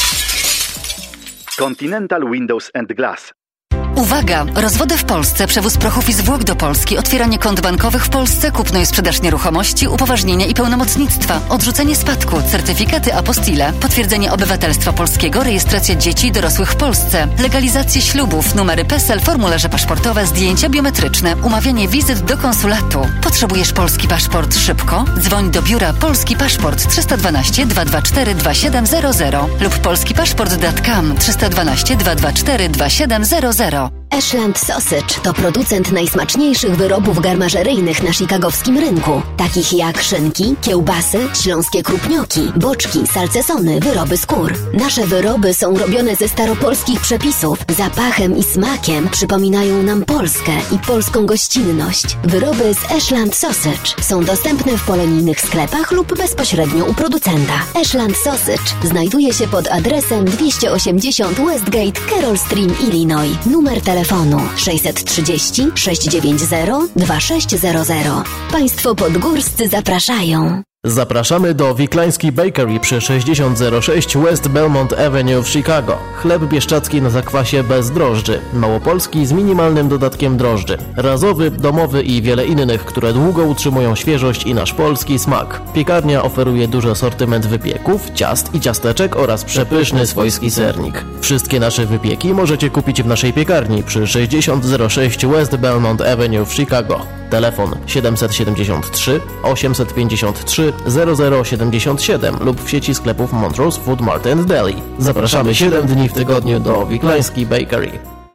Continental Windows and Glass. Uwaga! Rozwody w Polsce, przewóz prochów i zwłok do Polski, otwieranie kont bankowych w Polsce, kupno i sprzedaż nieruchomości, upoważnienia i pełnomocnictwa, odrzucenie spadku, certyfikaty apostille, potwierdzenie obywatelstwa polskiego, rejestracja dzieci i dorosłych w Polsce, legalizację ślubów, numery PESEL, formularze paszportowe, zdjęcia biometryczne, umawianie wizyt do konsulatu. Potrzebujesz polski paszport szybko? Dzwoń do biura Polski Paszport trzysta dwanaście dwa dwa cztery dwa siedem zero zero lub polski paszport kropka com trzysta dwanaście dwa dwa cztery dwa siedem zero zero. Ashland Sausage to producent najsmaczniejszych wyrobów garmażeryjnych na chicagowskim rynku, takich jak szynki, kiełbasy, śląskie krupnioki, boczki, salcesony, wyroby skór. Nasze wyroby są robione ze staropolskich przepisów. Zapachem i smakiem przypominają nam Polskę i polską gościnność. Wyroby z Ashland Sausage są dostępne w polonijnych sklepach lub bezpośrednio u producenta. Ashland Sausage znajduje się pod adresem dwieście osiemdziesiąt Westgate, Carroll Stream, Illinois. Numer telefonu sześćset trzydzieści sześćset dziewięćdziesiąt dwa sześć zero zero. Państwo podgórscy zapraszają. Zapraszamy do Wiklański Bakery przy sześćdziesiąt zero sześć West Belmont Avenue w Chicago. Chleb bieszczacki na zakwasie bez drożdży. Małopolski z minimalnym dodatkiem drożdży. Razowy, domowy i wiele innych, które długo utrzymują świeżość i nasz polski smak. Piekarnia oferuje duży asortyment wypieków, ciast i ciasteczek oraz przepyszny swojski sernik. Wszystkie nasze wypieki możecie kupić w naszej piekarni przy sześćdziesiąt zero sześć West Belmont Avenue w Chicago. Telefon siedemset siedemdziesiąt trzy osiemset pięćdziesiąt trzy zero zero siedemdziesiąt siedem lub w sieci sklepów Montrose Food Mart and Deli. Zapraszamy siedem dni w tygodniu do Wiklański Bakery.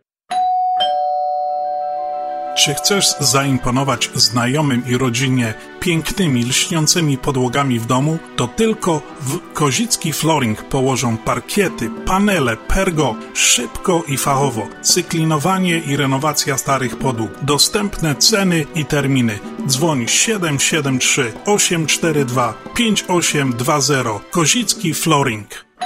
Czy chcesz zaimponować znajomym i rodzinie pięknymi, lśniącymi podłogami w domu? To tylko w Kozicki Flooring położą parkiety, panele, pergo, szybko i fachowo. Cyklinowanie i renowacja starych podłóg. Dostępne ceny i terminy. Dzwoń siedem siedem trzy osiem cztery dwa pięć osiem dwa zero. Kozicki Flooring.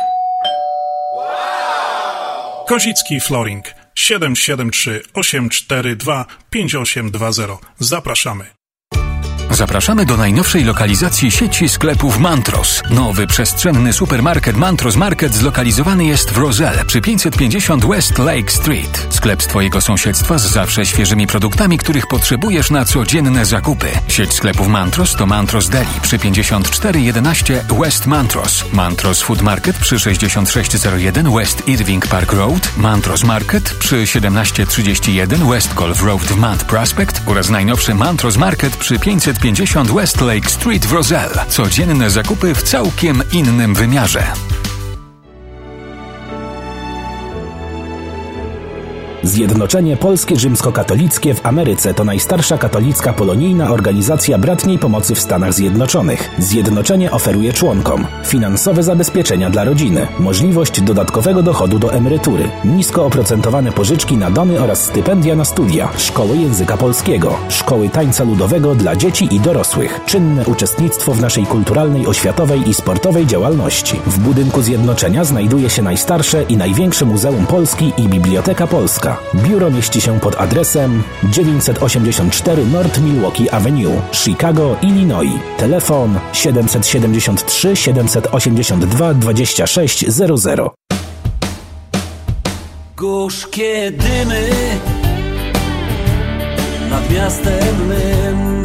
Kozicki Flooring. siedem siedem trzy osiem cztery dwa pięć osiem dwa zero. Zapraszamy. Zapraszamy do najnowszej lokalizacji sieci sklepów Mantros. Nowy przestrzenny supermarket Mantros Market zlokalizowany jest w Roselle przy pięćset pięćdziesiąt West Lake Street. Sklep z Twojego sąsiedztwa z zawsze świeżymi produktami, których potrzebujesz na codzienne zakupy. Sieć sklepów Mantros to Mantros Deli przy pięćdziesiąt cztery jedenaście West Mantros. Mantros Food Market przy sześćdziesiąt sześć zero jeden West Irving Park Road. Mantros Market przy siedemnaście trzydzieści jeden West Golf Road w Mount Prospect oraz najnowszy Mantros Market przy pięćset pięćdziesiąt West Lake Street w Roselle. Codzienne zakupy w całkiem innym wymiarze. Zjednoczenie Polskie Rzymskokatolickie w Ameryce to najstarsza katolicka polonijna organizacja bratniej pomocy w Stanach Zjednoczonych. Zjednoczenie oferuje członkom finansowe zabezpieczenia dla rodziny, możliwość dodatkowego dochodu do emerytury, nisko oprocentowane pożyczki na domy oraz stypendia na studia, szkoły języka polskiego, szkoły tańca ludowego dla dzieci i dorosłych, czynne uczestnictwo w naszej kulturalnej, oświatowej i sportowej działalności. W budynku Zjednoczenia znajduje się najstarsze i największe Muzeum Polski i Biblioteka Polska. Biuro mieści się pod adresem dziewięćset osiemdziesiąt cztery North Milwaukee Avenue, Chicago, Illinois. Telefon siedemset siedemdziesiąt trzy siedemset osiemdziesiąt dwa dwadzieścia sześć zero zero. Gorzkie dymy nad miastem mym,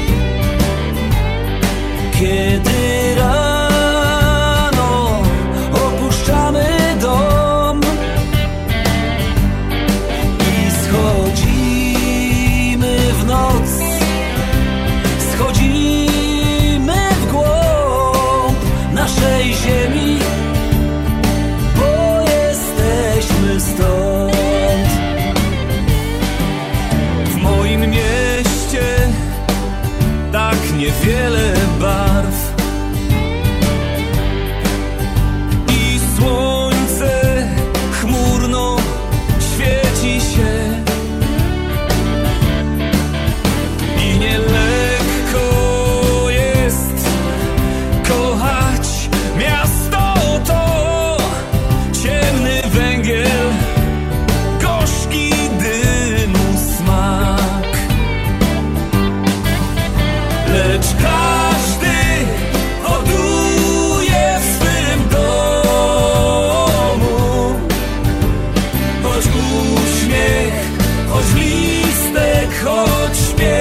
kiedy rano opuszczamy dom i schodzimy w noc, schodzimy w głąb naszej ziemi, bo jesteśmy stąd. W moim mieście tak niewiele barw i słońce chmurno świeci się i nielekko jest kochać miasto to. Ciemny węgiel, gorzki dymu smak, lecz każdy hoduje w swym domu. Choć uśmiech, choć listek, choć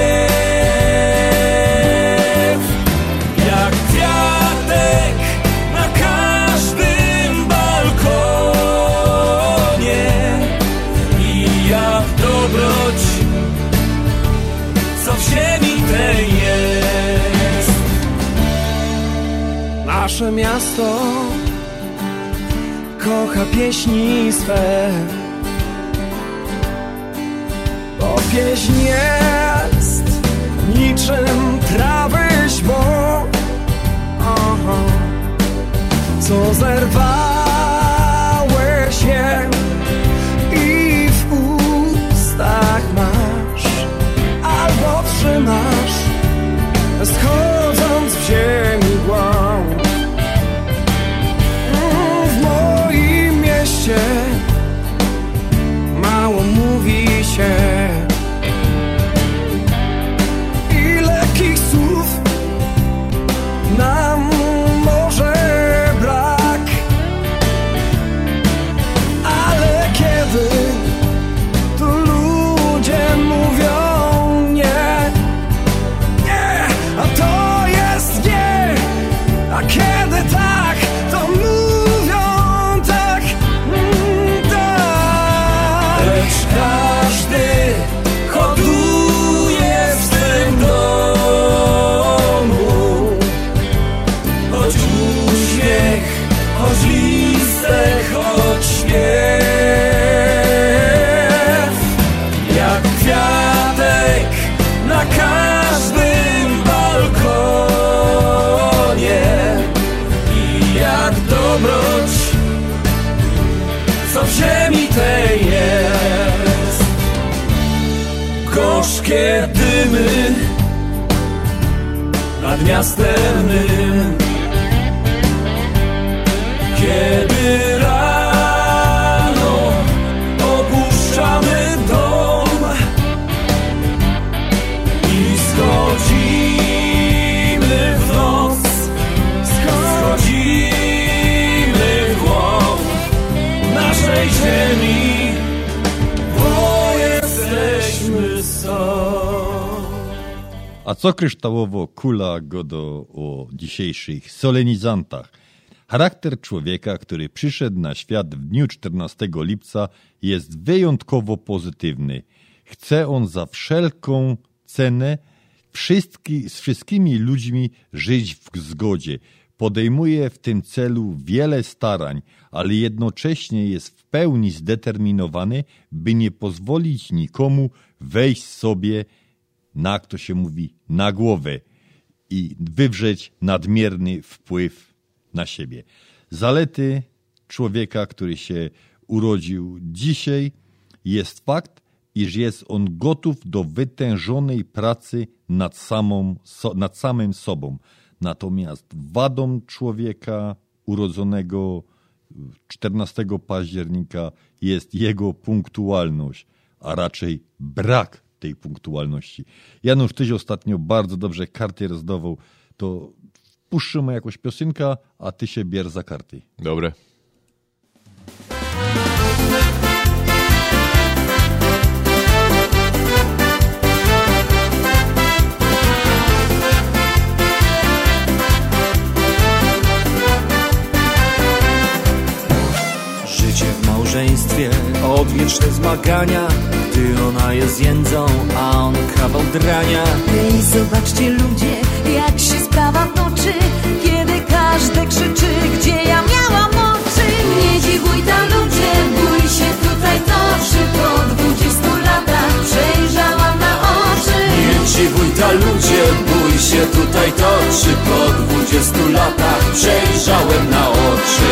śpiew, jak kwiatek na każdym balkonie i jak dobroć, co w ziemi tej jest. Nasze miasto kocha pieśni swe pieśń jest niczym trawy źbok, aha, co zerwałeś je i w ustach masz, albo trzymasz, schodząc w ziemi głąb. W moim mieście mało mówi się i lekkich słów nam może brak, ale kiedy tu ludzie mówią nie, nie, a to jest nie, a kiedy tak, to mówią tak, mm, tak. Lecz każdy hoduje w swym domu, choć uśmiech, choć listek, choć śpiew, jak kwiatek na każdym balkonie i jak dobroć, co w ziemi tej jest. Gorzkie dymy nad miastem mym, kiedy rano opuszczamy dom i schodzimy w noc, schodzimy w głąb naszej ziemi, bo jesteśmy są. A co kryształowo kula godo o dzisiejszych solenizantach? Charakter człowieka, który przyszedł na świat w dniu czternastego lipca, jest wyjątkowo pozytywny. Chce on za wszelką cenę wszystki, z wszystkimi ludźmi żyć w zgodzie. Podejmuje w tym celu wiele starań, ale jednocześnie jest w pełni zdeterminowany, by nie pozwolić nikomu wejść sobie, na, jak to się mówi, na głowę i wywrzeć nadmierny wpływ na siebie. Zalety człowieka, który się urodził dzisiaj, jest fakt, iż jest on gotów do wytężonej pracy nad, samą, so, nad samym sobą. Natomiast wadą człowieka urodzonego czternastego października jest jego punktualność, a raczej brak tej punktualności. Janusz, tyś ostatnio bardzo dobrze karty rozdawał, to puszczymy jakąś piosenkę, a ty się bierz za karty. Dobre. Życie w małżeństwie, odwieczne zmagania, gdy ona jest jędzą, a on kawał drania. Ej, zobaczcie ludzie, jak się sprawa toczy, kiedy każdy krzyczy, gdzie ja miałam oczy. Nie dziwuj tam ludzie, bój się tutaj toczy, po dwudziestu latach przejrzałam na oczy. Nie dziwuj ta ludzie, bój się tutaj toczy, po dwudziestu latach przejrzałem na oczy.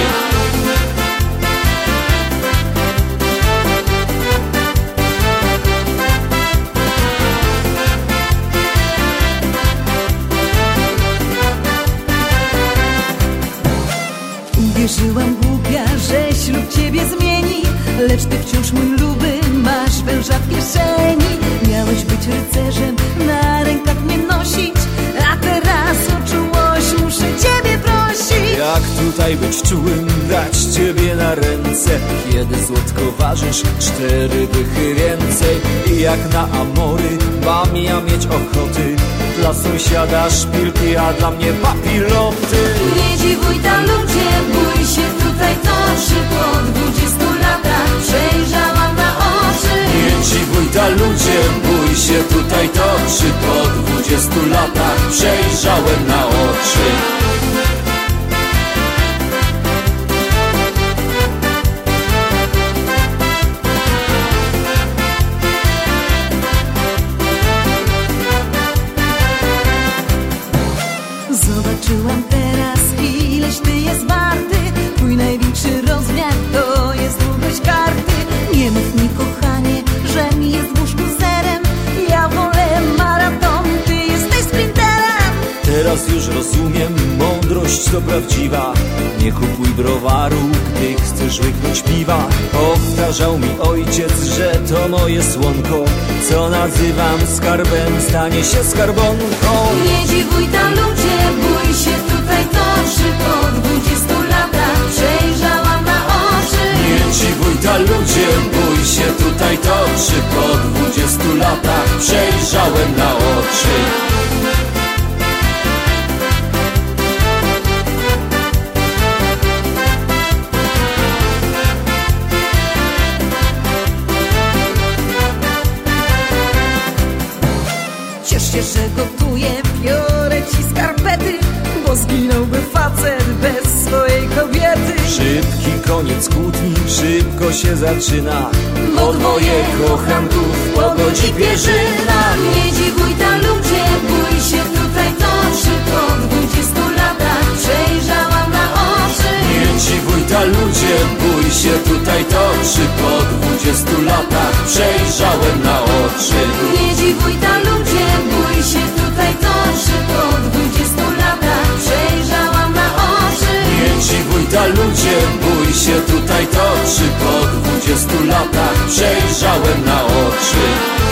Wierzyłam głupia, że ślub ciebie zmieni, lecz ty wciąż mój luby, masz węża w kieszeni. Miałeś być rycerzem, na rękach mnie nosić, a teraz o czułość muszę ciebie prosić. Jak tutaj być czułym, dać ciebie na ręce, kiedy złotko ważysz cztery dychy więcej. I jak na amory mam ja mieć ochoty, dla sąsiada szpilki, a dla mnie papiloty. Nie dziwuj tam ludzie, bój się tutaj toczy, po dwudziestu latach przejrzałam na oczy. Nie dziwuj ta ludzie, bój się tutaj toczy, po dwudziestu latach przejrzałem na oczy. Zobaczyłam teraz, ileś ty jest warty. Twój największy rozmiar to jest długość karty. Nie mów mi, kochanie, że mi jest w łóżku zerem. Ja wolę maraton, ty jesteś sprinterem. Teraz już rozumiem, mądrość to prawdziwa. Nie kupuj browaru, gdy chcesz łyknąć piwa. Powtarzał mi ojciec, że to moje słonko, co nazywam skarbem, stanie się skarbonką. Nie dziwuj tam ludzie, bój się tutaj toczy. Po dwudziestu latach przejrzałam na oczy. Nie dziwuj ta ludzie, bój się tutaj toczy. Po dwudziestu latach przejrzałem na oczy. Ciesz się, że gotuję, biorę ci skarpety, bo zginąłby facet bez swojej kobiety. Szybki koniec kłótni, szybko się zaczyna, bo dwoje kochanków pogodzi pierzyna. Nie dziwuj tam ludzie, bój się tutaj toczy. Po dwudziestu latach przejrzałam na oczy. Nie dziwuj ta ludzie, bój się tutaj toczy. Po dwudziestu latach przejrzałem na oczy. Nie dziwuj tam ludzie, bój się tutaj toczy. Po dwudziestu latach przejrzałam na oczy. Nie dziwuj ta ludzie, bój się tutaj toczy. Po dwudziestu latach przejrzałem na oczy.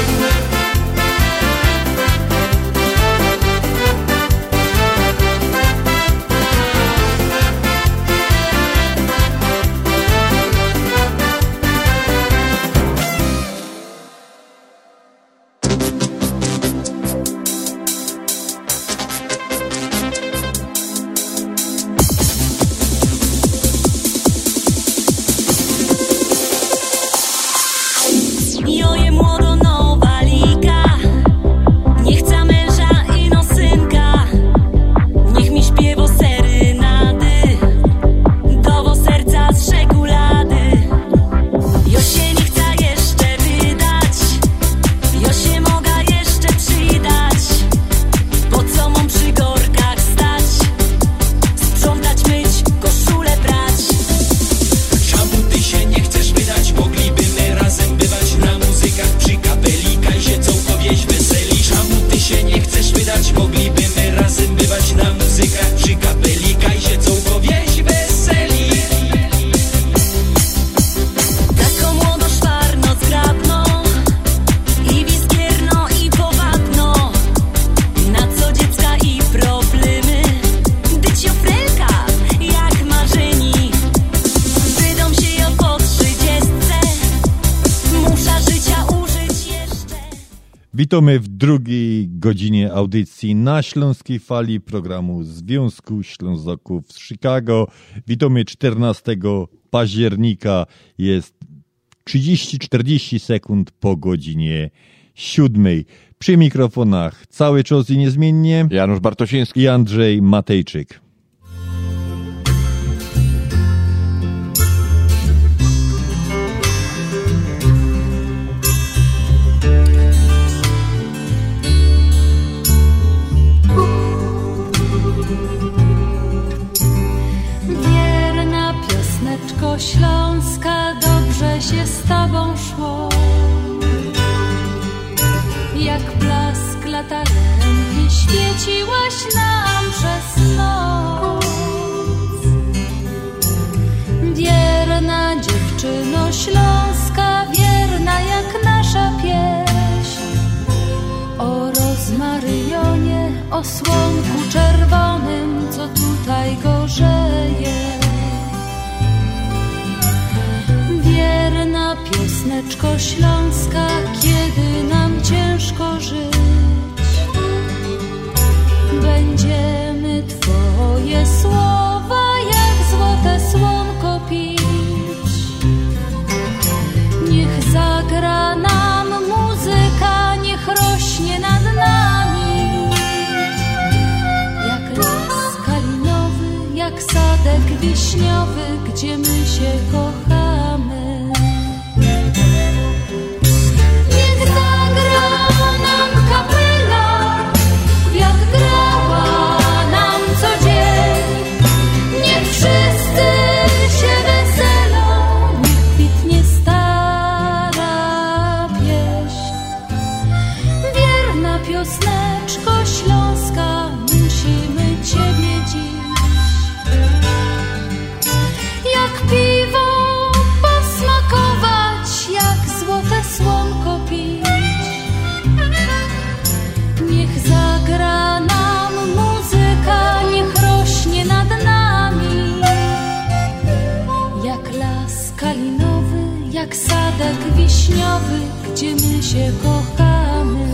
Joje młodo nowa liga, nie chcę męża i no synka. Niech mi śpiewo serynady, dowo serca z czekolady. Jo się nie chce jeszcze wydać, jo się mogę jeszcze przydać. Po co mam przy gorkach stać, sprzątać, myć, koszulę prać. Czemu ty się nie chcesz wydać? Mogliby my razem bywać na muzykach przy kapelikach się całkowieś weseli. Czemu ty się nie chcesz wydać? Mogliby my razem bywać na muzykach przy kapelikach się całkowieś weseli. Taką młodo szwarno zgrabno i wiskierno i powabno. Na co dziecka i problemy, dyć ofrelka jak marzeni. Wydam się jo po trzydziestce, muszę życia użyć jeszcze. Witamy w drugiej godzinie audycji na Śląskiej Fali programu Związku Ślązaków z Chicago. Witamy czternastego października. Jest trzydzieści czterdzieści sekund po godzinie siódmej. Przy mikrofonach cały czas i niezmiennie Janusz Bartosiński i Andrzej Matejczyk. Wierna piosneczko śląska, dobrze się z tobą szło. Jak blask latarni świeciłaś nam przez noc. Wierna dziewczyno śląska, wierna jak nasza pieśń. O rozmaryjonie, o słonku czerwonym, co tutaj gorzeje. Wierna piosneczko śląska, kiedy nam ciężko żyć, będziemy twoje słowa jak złote słonko pić. Niech zagra nam muzyka, niech rośnie nad nami jak las kalinowy, jak sadek wiśniowy, gdzie my się kochamy. Niech zagra nam kapela, jak grała nam sadek wiśniowy, gdzie my się kochamy.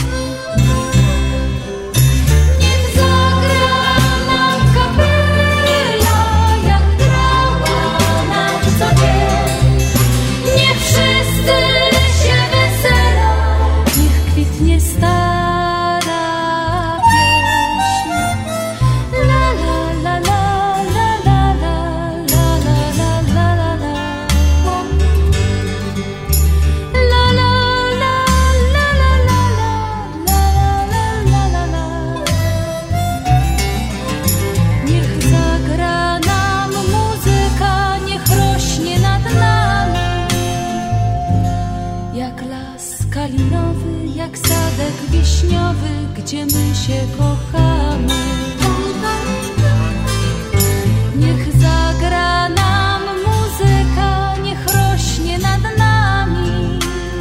Niech zagra nam kapela, jak grała nam co dzień. Niech wszyscy się wesela, niech kwitnie stara pieśń. La la la la la la la la la la la la la. La la la la la la la la la la. Niech zagra nam muzyka, niech rośnie nad nami jak las kalinowy, jak sadek wiśniowy, gdzie my się kochamy. Niech zagra nam muzyka, niech rośnie nad nami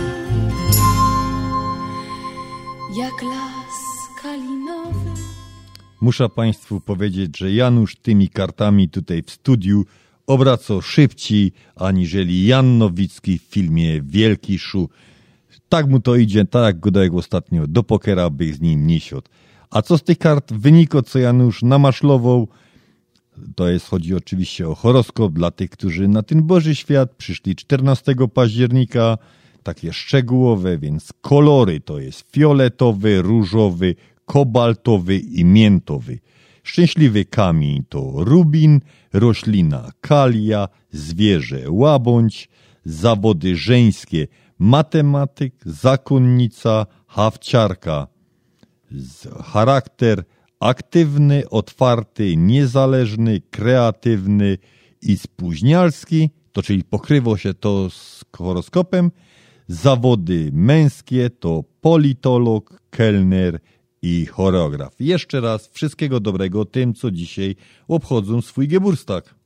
jak las kalinowy. Muszę Państwu powiedzieć, że Janusz tymi kartami tutaj w studiu obraca szybciej, aniżeli Jan Nowicki w filmie Wielki Szu. Tak mu to idzie, tak jak go dał ostatnio do pokera, by z nim nie siadł. A co z tych kart wynika, co Janusz namaszlował? To jest, chodzi oczywiście o horoskop dla tych, którzy na ten Boży Świat przyszli czternastego października. Takie szczegółowe, więc kolory to jest fioletowy, różowy, kobaltowy i miętowy. Szczęśliwy kamień to rubin, roślina kalia, zwierzę łabędź, zawody żeńskie matematyk, zakonnica, hawciarka. Charakter aktywny, otwarty, niezależny, kreatywny i spóźnialski, to czyli pokrywa się to z horoskopem. Zawody męskie to politolog, kelner i choreograf. Jeszcze raz wszystkiego dobrego tym, co dzisiaj obchodzą swój Geburtstag.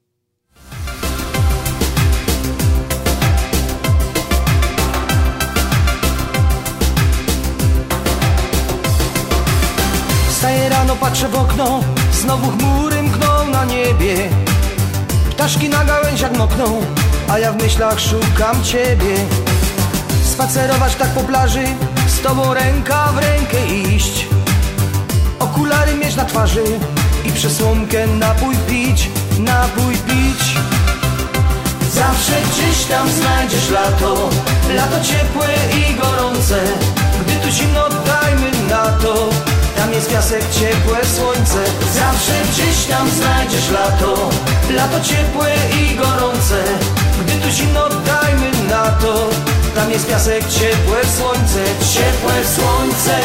Wstaję rano, patrzę w okno, znowu chmury mkną na niebie. Ptaszki na gałęziach mokną, a ja w myślach szukam ciebie. Spacerować tak po plaży, z tobą ręka w rękę iść. Okulary mieć na twarzy i przez słomkę napój pić, napój pić. Zawsze gdzieś tam znajdziesz lato, lato ciepłe i gorące. Gdy tu zimno, dajmy na to, tam jest piasek, ciepłe słońce. Zawsze gdzieś tam znajdziesz lato, lato ciepłe i gorące. Gdy tu zimno, dajmy na to, tam jest piasek, ciepłe słońce, ciepłe słońce.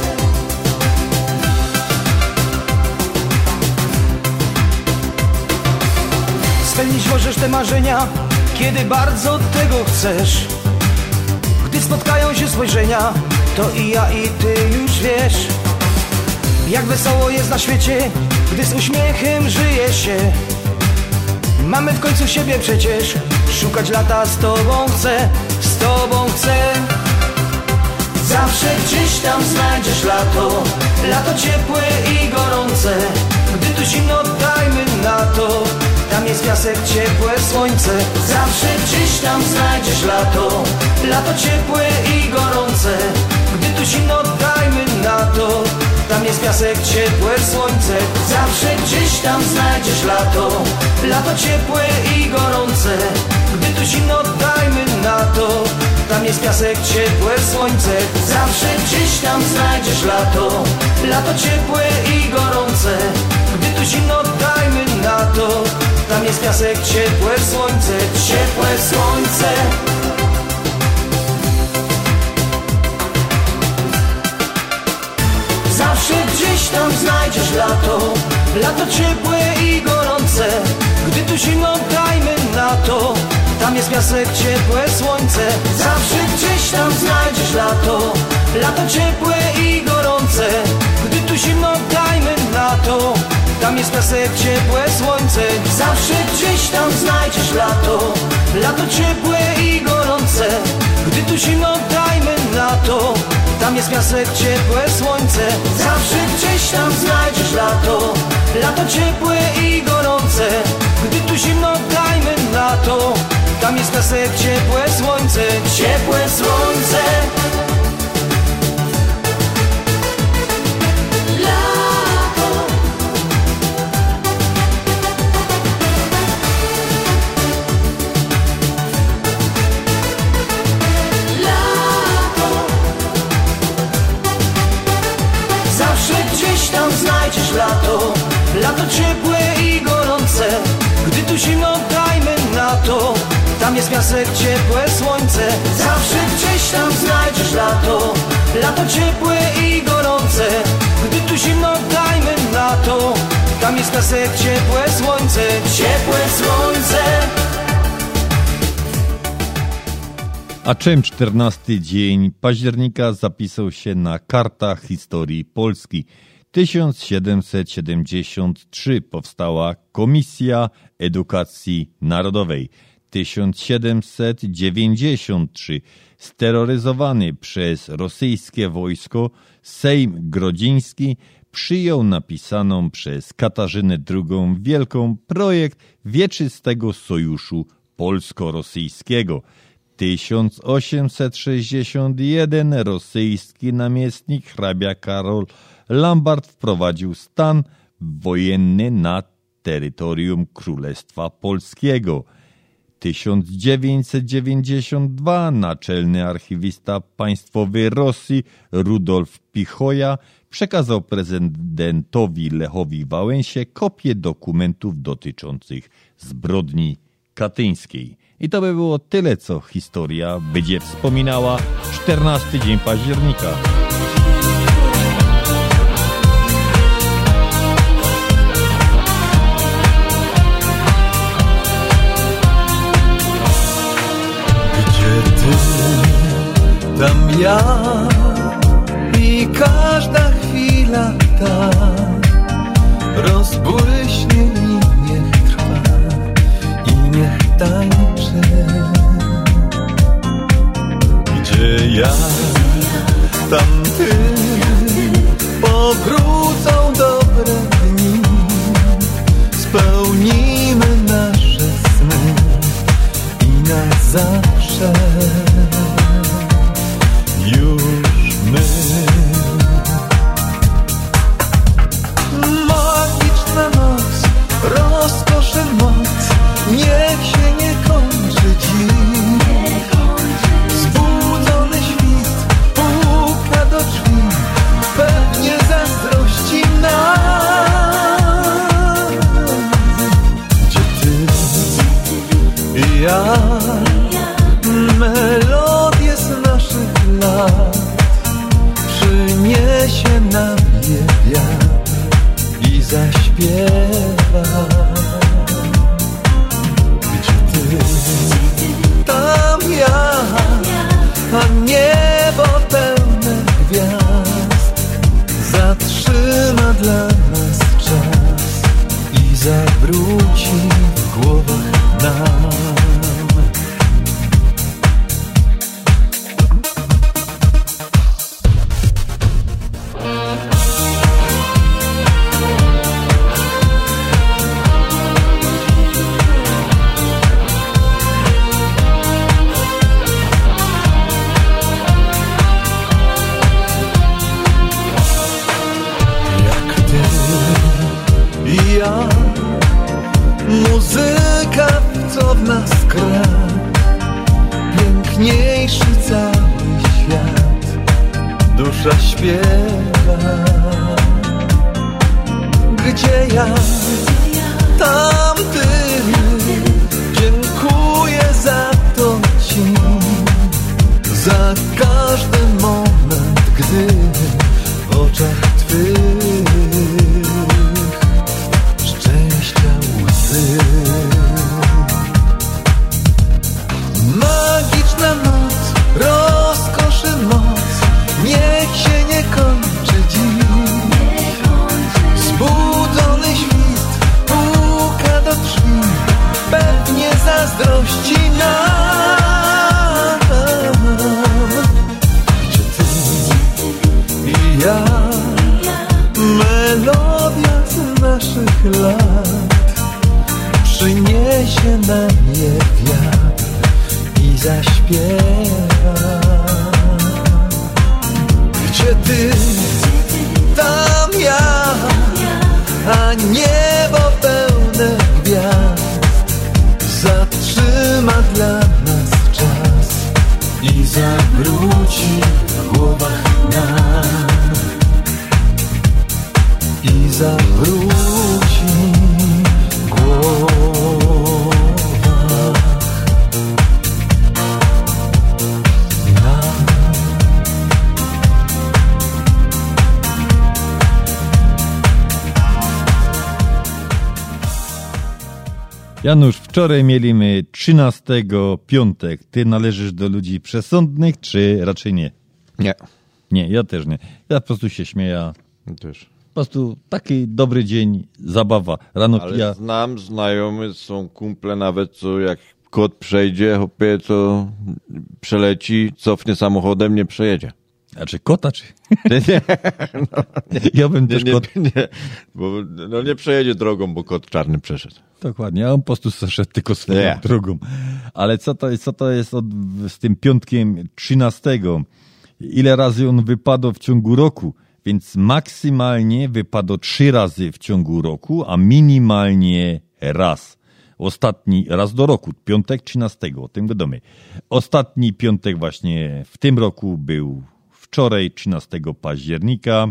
Spełnić możesz te marzenia, kiedy bardzo tego chcesz. Gdy spotkają się spojrzenia, to i ja i ty już wiesz. Jak wesoło jest na świecie, gdy z uśmiechem żyje się. Mamy w końcu siebie przecież, szukać lata z tobą chcę, z tobą chcę. Zawsze gdzieś tam znajdziesz lato, lato ciepłe i gorące. Gdy tu zimno, dajmy na to, tam jest piasek, ciepłe słońce. Zawsze gdzieś tam znajdziesz lato, lato ciepłe i gorące. Gdy tu zimno, dajmy na to, tam jest piasek, ciepłe słońce. Zawsze gdzieś tam znajdziesz lato, lato ciepłe i gorące. Gdy tu zimno, dajmy na to, tam jest piasek, ciepłe słońce. Zawsze gdzieś tam znajdziesz lato, lato ciepłe i gorące. Gdy tu zimno, dajmy na to, tam jest piasek, ciepłe słońce, ciepłe słońce. Zawsze gdzieś tam znajdziesz lato, lato ciepłe i gorące. Gdy tu zimno, dajmy na to, tam jest piasek, ciepłe słońce. Zawsze gdzieś tam znajdziesz lato, lato ciepłe i gorące. Gdy tu zimno, dajmy na to, tam jest piasek, ciepłe słońce. Zawsze gdzieś tam znajdziesz lato, lato ciepłe i gorące. Gdy tu zimno, dajmy na to, tam jest piasek, ciepłe słońce. Zawsze gdzieś tam znajdziesz lato, lato ciepłe i gorące. Gdy tu zimno, dajmy na to, tam jest jest piasek, ciepłe słońce, ciepłe słońce. Lato. Lato. Zawsze gdzieś tam znajdziesz lato. Lato ciepłe i gorące. Gdy tu zimno, dajmy na to. Tam jest piasek, ciepłe słońce. Zawsze gdzieś tam znajdziesz lato. Lato ciepłe i gorące. Gdy tu zimno, dajmy na to. Tam jest piasek, ciepłe słońce. Ciepłe słońce. A czym czternasty dzień października zapisał się na kartach historii Polski? tysiąc siedemset siedemdziesiąt trzy powstała Komisja Edukacji Narodowej. tysiąc siedemset dziewięćdziesiąt trzy steroryzowany przez rosyjskie wojsko Sejm Grodziński przyjął napisaną przez Katarzynę drugą Wielką projekt Wieczystego Sojuszu Polsko-Rosyjskiego. tysiąc osiemset sześćdziesiąty pierwszy rosyjski namiestnik hrabia Karol Lambart wprowadził stan wojenny na terytorium Królestwa Polskiego. tysiąc dziewięćset dziewięćdziesiąty drugi naczelny archiwista państwowy Rosji Rudolf Pichoja przekazał prezydentowi Lechowi Wałęsie kopię dokumentów dotyczących zbrodni katyńskiej. I to by było tyle, co historia będzie wspominała czternasty dzień października. Tam ja i każda chwila ta rozbłyśnie i niech trwa i niech tańczy. Gdzie ja, tam ty, powrócą dobre dni, spełnimy nasze sny i na zawsze. Już my. Magiczna noc, rozkoszy moc, niech się nie kończy dziś. Zbudzony świt puka do drzwi, pewnie zazdrości nas. Gdzie ty i ja, melodię z naszych lat przyniesie nam je wiatr i zaśpiewa. Gdzie ty, tam ja, a niebo pełne gwiazd zatrzyma dla nas czas i zawróci w głowach nam. Muzyka, co w nas gra, piękniejszy cały świat, dusza śpiewa. Gdzie ja, tam ty, dziękuję za to ci, za każdy moment, gdy w oczach twych magiczna noc, rozkoszy moc, niech się nie kończy dziś. Zbudzony świt puka do drzwi, pewnie zazdrości nam. Gdzie ty i ja, melodia z naszych lat przyniesie nam je wiatr zaśpiewa. Gdzie ty, tam ja, a niebo pełne gwiazd zatrzyma dla nas czas i zawróci w głowach nam, i zawróci w głowach. Janusz, wczoraj mieliśmy trzynastego piątek. Ty należysz do ludzi przesądnych, czy raczej nie? Nie. Nie, ja też nie. Ja po prostu się śmieję. Też. Po prostu taki dobry dzień, zabawa. Rano Ale ja... znam, znajomy, są kumple nawet, co jak kot przejdzie, hopie, to przeleci, cofnie samochodem, nie przejedzie. A czy kota, czy? Nie, nie. No, nie. Ja bym też nie, kot... Nie, nie, bo no nie przejedzie drogą, bo kot czarny przeszedł. Dokładnie, a on po prostu zaszedł tylko swoją Nie. drogą. Ale co to jest, co to jest od, z tym piątkiem trzynastego? Ile razy on wypadł w ciągu roku? Więc maksymalnie wypadł trzy razy w ciągu roku, a minimalnie raz. Ostatni raz do roku, piątek trzynastego, o tym wiadomo. Ostatni piątek właśnie w tym roku był wczoraj, trzynastego października,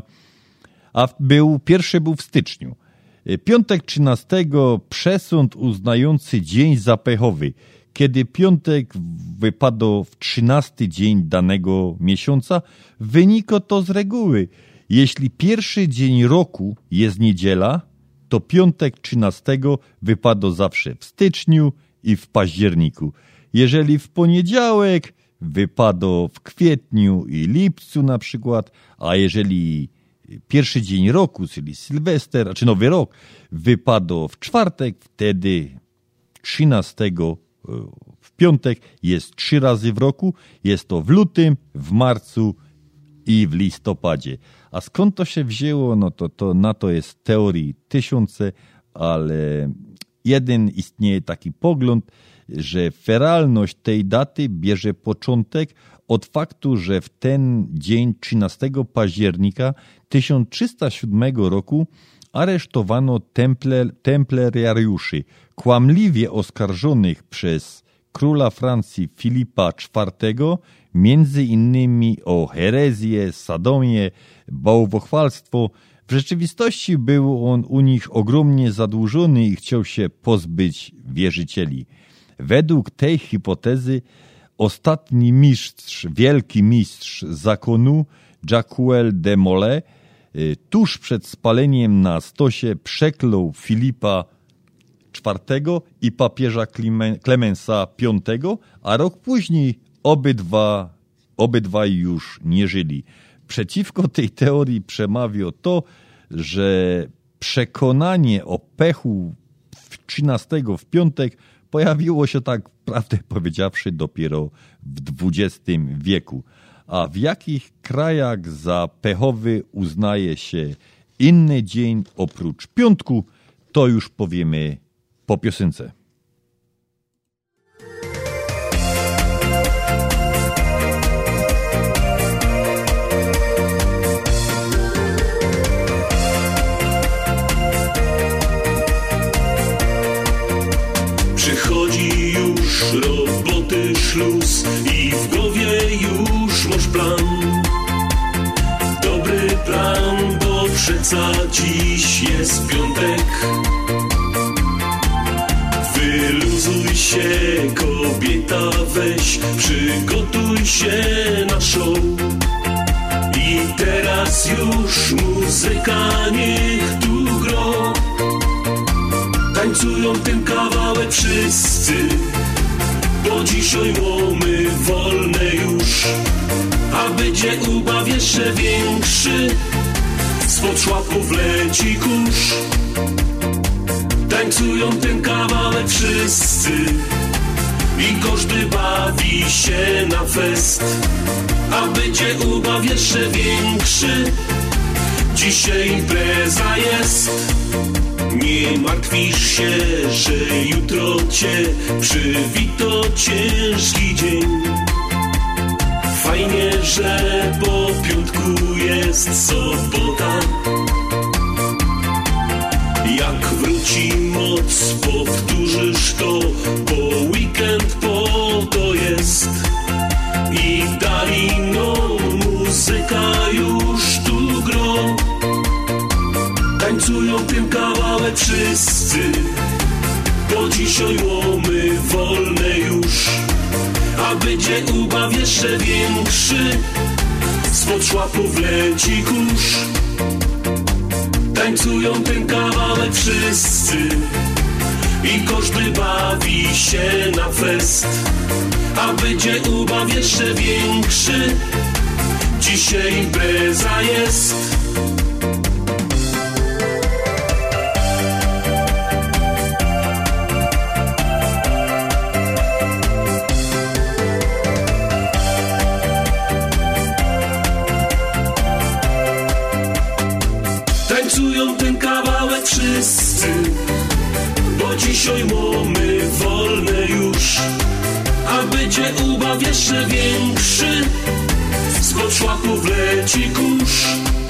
a był, pierwszy był w styczniu. Piątek trzynastego przesąd uznający dzień zapechowy, kiedy piątek wypadł w trzynasty dzień danego miesiąca, wynika to z reguły. Jeśli pierwszy dzień roku jest niedziela, to piątek trzynastego wypadł zawsze w styczniu i w październiku. Jeżeli w poniedziałek, wypadł w kwietniu i lipcu na przykład, a jeżeli pierwszy dzień roku, czyli Sylwester, czy Nowy Rok, wypadł w czwartek, wtedy trzynastego w piątek jest trzy razy w roku. Jest to w lutym, w marcu i w listopadzie. A skąd to się wzięło? No to, to na to jest teorii tysiące, ale jeden istnieje taki pogląd, że feralność tej daty bierze początek od faktu, że w ten dzień trzynastego października tysiąc trzysta siódmego roku aresztowano templer, templariuszy, kłamliwie oskarżonych przez króla Francji Filipa czwartego, między innymi o herezję, sodomię, bałwochwalstwo. W rzeczywistości był on u nich ogromnie zadłużony i chciał się pozbyć wierzycieli. Według tej hipotezy ostatni mistrz, wielki mistrz zakonu, Jacques de Molay, tuż przed spaleniem na stosie przeklął Filipa czwartego i papieża Klemensa piątego, a rok później obydwa, obydwaj już nie żyli. Przeciwko tej teorii przemawia to, że przekonanie o pechu trzynastego w piątek pojawiło się, tak prawdę powiedziawszy, dopiero w dwudziestym wieku. A w jakich krajach za pechowy uznaje się inny dzień oprócz piątku, to już powiemy po piosence. Przychodzi już roboty szluz i w głowie już masz plan. Dobry plan, bo przeca dziś jest piątek. Wyluzuj się, kobieta, weź, przygotuj się na show. I teraz już muzyka niech tu gro. Tańcują ten kawałek wszyscy, bo dzisiaj łomy wolne już. A będzie ubaw jeszcze większy, spod szłapów leci kurz. Tańcują ten kawałek wszyscy i każdy bawi się na fest. A będzie ubaw jeszcze większy, Dzisiaj impreza jest. Nie martwisz się, że jutro cię przywito ciężki dzień. Fajnie, że po piątku jest sobota. Jak wróci moc, powtórzysz to, bo weekend po to jest. I dali no, muzyka już tu gro. Tańcują tym kawałek wszyscy, bo dzisiaj łomy wolne już. A będzie ubaw jeszcze większy, spod szłapów leci kurz. Tańcują ten kawałek wszyscy i każdy bawi się na fest. A będzie ubaw jeszcze większy, dzisiaj impreza jest. Tańcują ten kawałek wszyscy, bo dzisiaj mamy wolne już. A będzie ubaw jeszcze większy, spod szłapów leci kurz.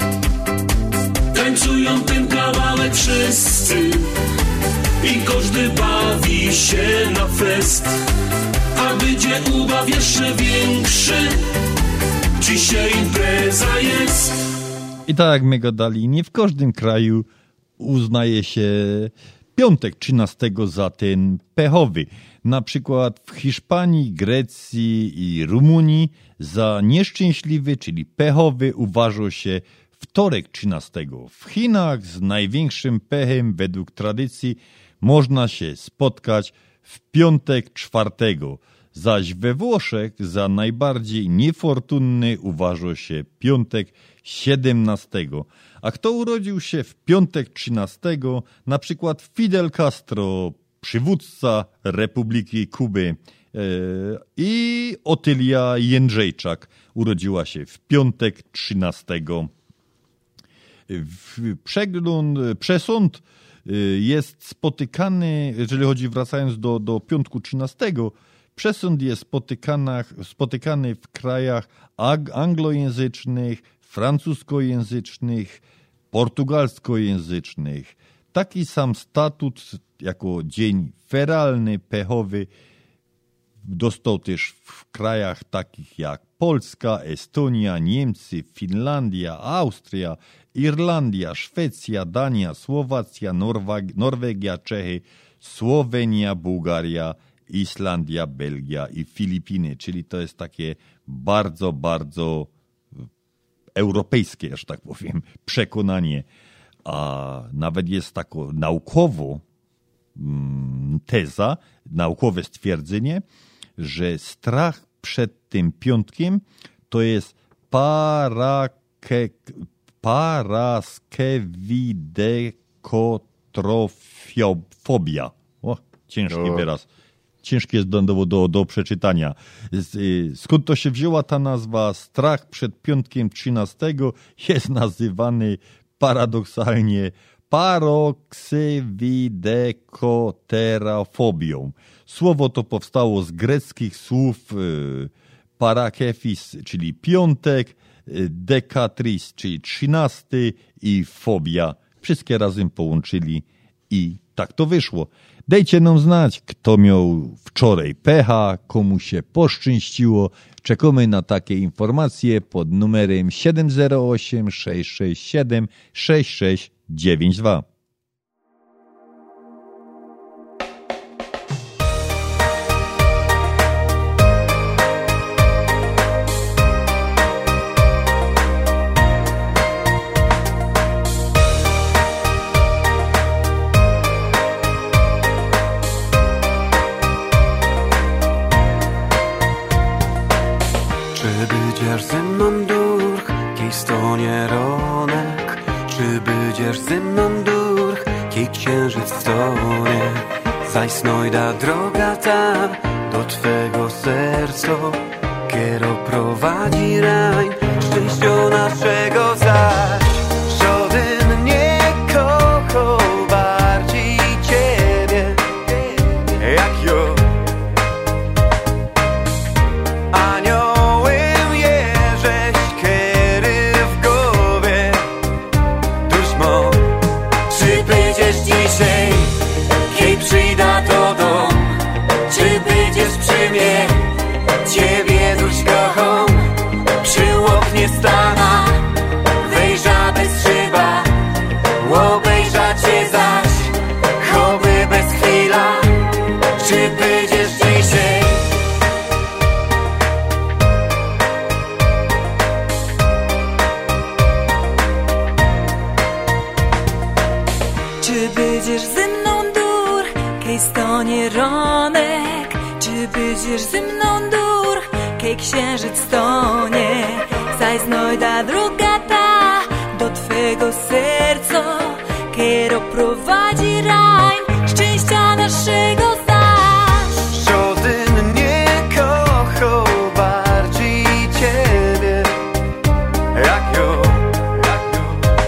Tańcują ten kawałek wszyscy i każdy bawi się na fest. A będzie ubaw jeszcze większy, dzisiaj impreza jest. I tak jak my go dali, nie w każdym kraju uznaje się piątek trzynastego za ten pechowy. Na przykład w Hiszpanii, Grecji i Rumunii za nieszczęśliwy, czyli pechowy uważa się wtorek trzynastego. W Chinach z największym pechem według tradycji można się spotkać w piątek czwartego. Zaś we Włoszech za najbardziej niefortunny uważa się piątek siedemnastego. A kto urodził się w piątek trzynastego? Na przykład Fidel Castro, przywódca Republiki Kuby, yy, i Otylia Jędrzejczak urodziła się w piątek trzynastego. Przegląd, przesąd jest spotykany, jeżeli chodzi, wracając do, do piątku trzynastego, przesąd jest spotykany, spotykany w krajach anglojęzycznych, francuskojęzycznych, portugalskojęzycznych. Taki sam statut jako dzień feralny, pechowy dostał też w krajach takich jak Polska, Estonia, Niemcy, Finlandia, Austria, Irlandia, Szwecja, Dania, Słowacja, Norweg- Norwegia, Czechy, Słowenia, Bułgaria, Islandia, Belgia i Filipiny. Czyli to jest takie bardzo, bardzo europejskie, że tak powiem, przekonanie. A nawet jest tako naukowo mm, teza, naukowe stwierdzenie, że strach przed tym piątkiem to jest parake, paraskewidekotrofobia. O, ciężki o. wyraz. Ciężki jest do, do, do przeczytania. Skąd to się wzięła ta nazwa? Strach przed piątkiem trzynastego jest nazywany paradoksalnie paroksywidekoterafobią. Słowo to powstało z greckich słów parakefis, czyli piątek, dekatris, czyli trzynasty i fobia. Wszystkie razem połączyli i tak to wyszło. Dajcie nam znać, kto miał wczoraj pecha, komu się poszczęściło. Czekamy na takie informacje pod numerem siedem zero osiem sześć sześć siedem sześć sześć dziewięć dwa. Ze mną durch, kiej stonie ronek. Czy będziesz ze mną durch, kiej księżyc stonie. Zaś snojda droga ta do twego serca, kiero prowadzi rań szczęścia naszego zaś. Kej stonie ronek, czy będziesz ze mną dur, kej księżyc stonie, zaj znojda druga ta do twego serca, kiero prowadzi raj, szczęścia naszego znasz. Żaden nie kochał bardziej ciebie, jak ją, jak ją.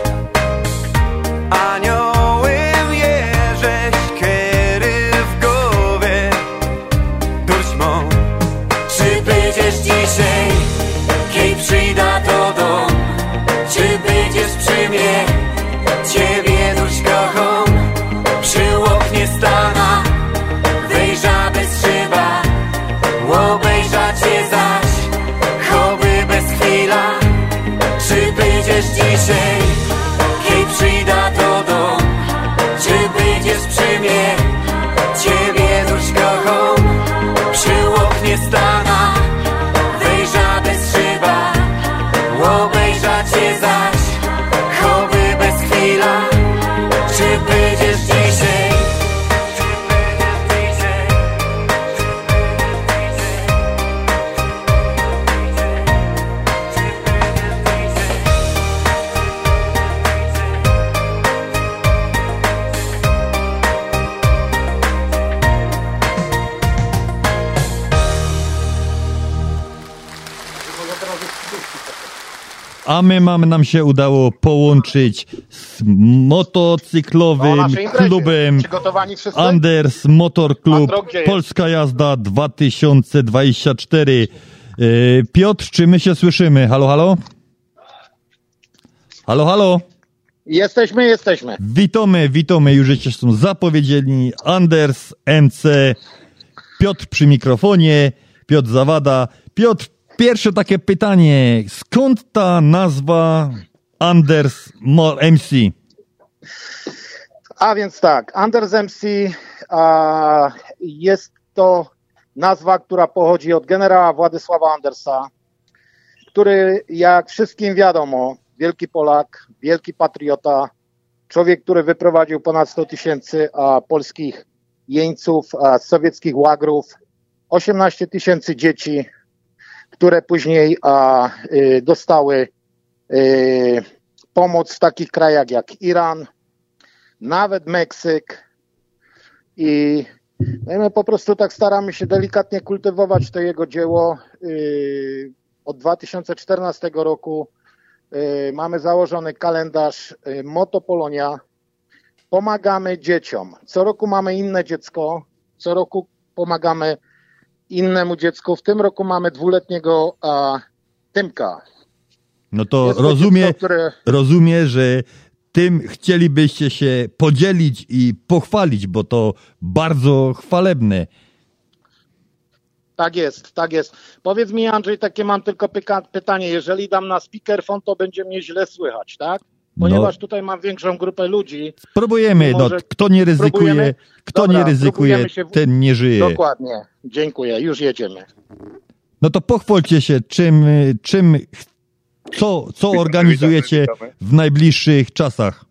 Aniołem jeżeś, kiedy w głowie durćmą. Czy będziesz dzisiaj, kiedy przyjda do dom? Czy będziesz przy mnie, ciebie duś kocham? Przy oknie stana, wyjrza bez szyba, obejrza cię zaś, choby bez chwila. Czy będziesz dzisiaj, kiedy przyjda do dom? Czy będziesz przy mnie, ciebie duś kocham? Przy oknie stana, wyjrza bez szyba, obejrza cię zaś, choby bez chwila. Czy będziesz dzisiaj? A my mamy, nam się udało połączyć z motocyklowym O naszej imprezie. klubem Przygotowani wszyscy? Anders Motor Club Andro, gdzie jest? Polska Jazda dwa tysiące dwadzieścia cztery. Yy, Piotr, czy my się słyszymy? Halo, halo? Halo, halo? Jesteśmy, jesteśmy. Witamy, witamy, już żeście są zapowiedzieli. Anders M C, Piotr przy mikrofonie, Piotr Zawada. Piotr, pierwsze takie pytanie. Skąd ta nazwa Anders M C? A więc tak, Anders M C a, jest to nazwa, która pochodzi od generała Władysława Andersa, który, jak wszystkim wiadomo, wielki Polak, wielki patriota, człowiek, który wyprowadził ponad sto tysięcy polskich jeńców a, z sowieckich łagrów, osiemnaście tysięcy dzieci, które później a, y, dostały y, pomoc w takich krajach jak Iran, nawet Meksyk i no my po prostu tak staramy się delikatnie kultywować to jego dzieło. Yy, od dwa tysiące czternastego roku yy, mamy założony kalendarz yy, Motopolonia. Pomagamy dzieciom. Co roku mamy inne dziecko, co roku pomagamy innemu dziecku. W tym roku mamy dwuletniego a, Tymka. No to Jest to rozumie, dziecko, które... rozumie, że tym chcielibyście się podzielić i pochwalić, bo to bardzo chwalebne. Tak jest, tak jest. Powiedz mi, Andrzej, takie mam tylko pyka- pytanie. Jeżeli dam na speakerphone, to będzie mnie źle słychać, tak? Ponieważ no, tutaj mam większą grupę ludzi. Spróbujemy, no, kto nie ryzykuje, spróbujemy? kto Dobra, nie ryzykuje, się w... ten nie żyje. Dokładnie, dziękuję, już jedziemy. No to pochwalcie się, czym, czym co, co organizujecie w najbliższych czasach.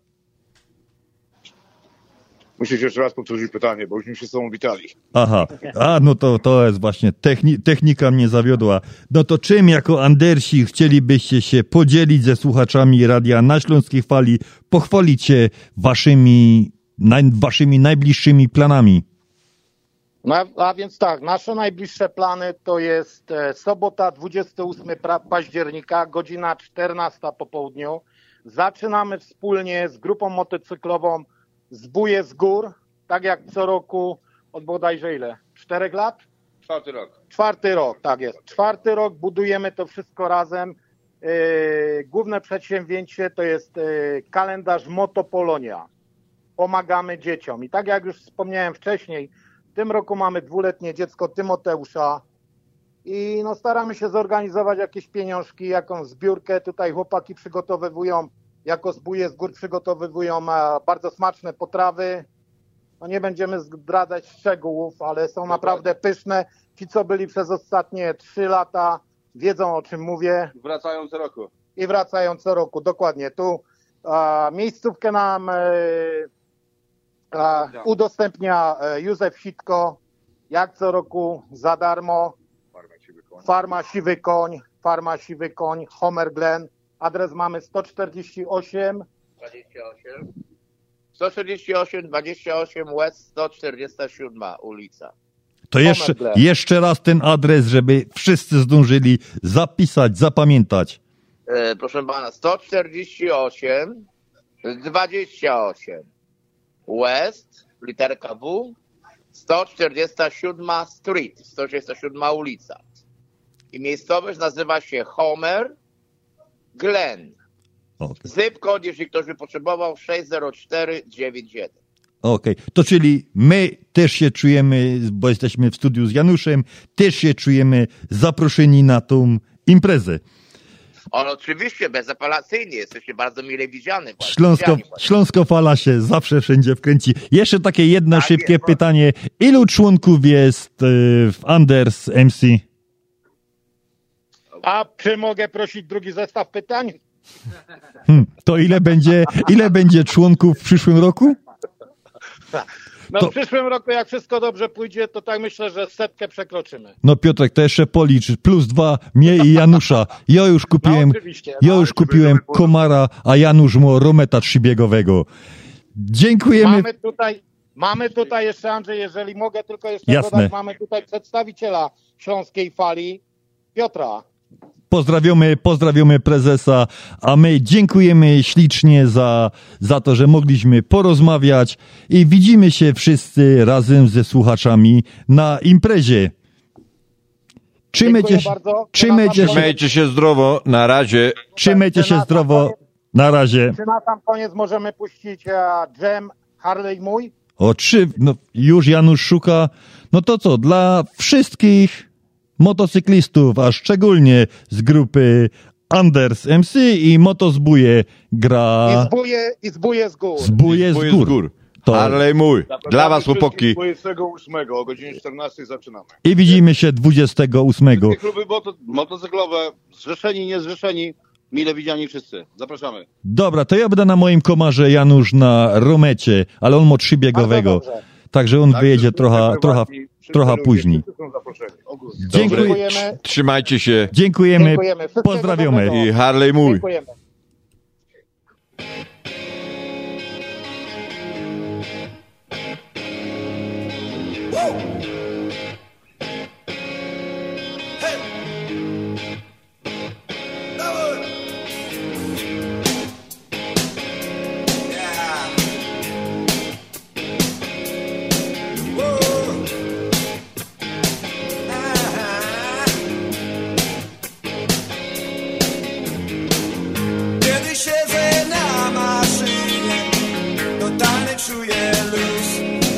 Musisz jeszcze raz powtórzyć pytanie, bo już mi się z sobą witali. Aha, a no to, to jest właśnie, techni- technika mnie zawiodła. No to czym jako Andersi chcielibyście się podzielić ze słuchaczami radia na Śląskiej Fali, pochwalić się waszymi, naj, waszymi najbliższymi planami? No, a więc tak, nasze najbliższe plany to jest e, sobota dwudziestego ósmego października, godzina czternasta po południu. Zaczynamy wspólnie z grupą motocyklową Zbóje z Gór, tak jak co roku, od bodajże ile? Czterech lat? Czwarty rok. Czwarty rok, tak jest. Czwarty rok budujemy to wszystko razem. E, główne przedsięwzięcie to jest e, kalendarz Motopolonia. Pomagamy dzieciom. I tak jak już wspomniałem wcześniej, w tym roku mamy dwuletnie dziecko Tymoteusza i no staramy się zorganizować jakieś pieniążki, jakąś zbiórkę. Tutaj chłopaki przygotowywują, jako Zbóje z Gór przygotowywują bardzo smaczne potrawy. No nie będziemy zdradzać szczegółów, ale są naprawdę pyszne. Ci, co byli przez ostatnie trzy lata, wiedzą, o czym mówię. Wracają co roku. I wracają co roku, dokładnie. Tu a, miejscówkę nam... E, A, udostępnia e, Józef Sitko, jak co roku za darmo. Farma Siwy Koń, Farma Siwy Koń, Homer Glen. Adres mamy sto czterdzieści osiem dwadzieścia osiem sto czterdzieści osiem dwadzieścia osiem West sto czterdziesta siódma ulica. To jeszcze, jeszcze raz ten adres, żeby wszyscy zdążyli zapisać, zapamiętać. E, proszę pana, sto czterdzieści osiem dwadzieścia osiem West, literka W, sto czterdziesta siódma Street, sto czterdziesta siódma ulica. I miejscowość nazywa się Homer Glen. Okay. Zip kod, jeśli ktoś by potrzebował, sześć zero cztery dziewięć jeden. Okej, okay. To czyli my też się czujemy, bo jesteśmy w studiu z Januszem, też się czujemy zaproszeni na tą imprezę. On oczywiście bezapelacyjnie, jesteście bardzo mile widziany. Śląsko, Śląsko Fala się zawsze wszędzie wkręci. Jeszcze takie jedno tak szybkie jest, pytanie. Ilu członków jest w Anders M C? A czy mogę prosić drugi zestaw pytań? Hmm, to ile będzie, ile będzie członków w przyszłym roku? No To- w przyszłym roku, jak wszystko dobrze pójdzie, to tak myślę, że setkę przekroczymy. No Piotrek, to jeszcze policz. Plus dwa mnie i Janusza. Ja już kupiłem, No, oczywiście. ja No, już kupiłem komara, a Janusz mu rometa trzybiegowego. Dziękujemy. Mamy tutaj, mamy tutaj jeszcze, Andrzej, jeżeli mogę tylko jeszcze Jasne. dodać, mamy tutaj przedstawiciela Śląskiej Fali, Piotra. Pozdrawiamy, pozdrawiamy prezesa, a my dziękujemy ślicznie za, za to, że mogliśmy porozmawiać i widzimy się wszyscy razem ze słuchaczami na imprezie. Trzymajcie się, bardzo. trzymajcie się, Trzymajcie się zdrowo, na razie. trzymajcie się zdrowo, na razie. Czy na sam koniec możemy puścić e, Jam Harley mój? O trzy, no już Janusz szuka, no to co, dla wszystkich motocyklistów, a szczególnie z grupy Anders M C i Motozbuje gra I zbuje, i zbuje z gór. Zbuje z gór. To... Harley mój. Dla was, chłopaki. dwudziestego ósmego o godzinie czternastej zaczynamy. I widzimy się dwudziestego ósmego. Wszystkie kluby moto, motocyklowe, zrzeszeni, niezrzeszeni, mile widziani wszyscy. Zapraszamy. Dobra, to ja będę na moim komarze Janusz na Romecie, ale on ma trzybiegowego. Także on Tak, wyjedzie wszyscy trochę, najbardziej, trochę, wszyscy trochę ludzie, później. wszyscy są zaproszeni. Ogólnie. Dziękuję. Dziękujemy. Trzymajcie się. Dziękujemy, Dziękujemy. Wszystkiego pozdrawiamy. dobrego. I Harley mój. Dziękujemy. Kiedy siedzę na maszynie, totalnie czuję luz.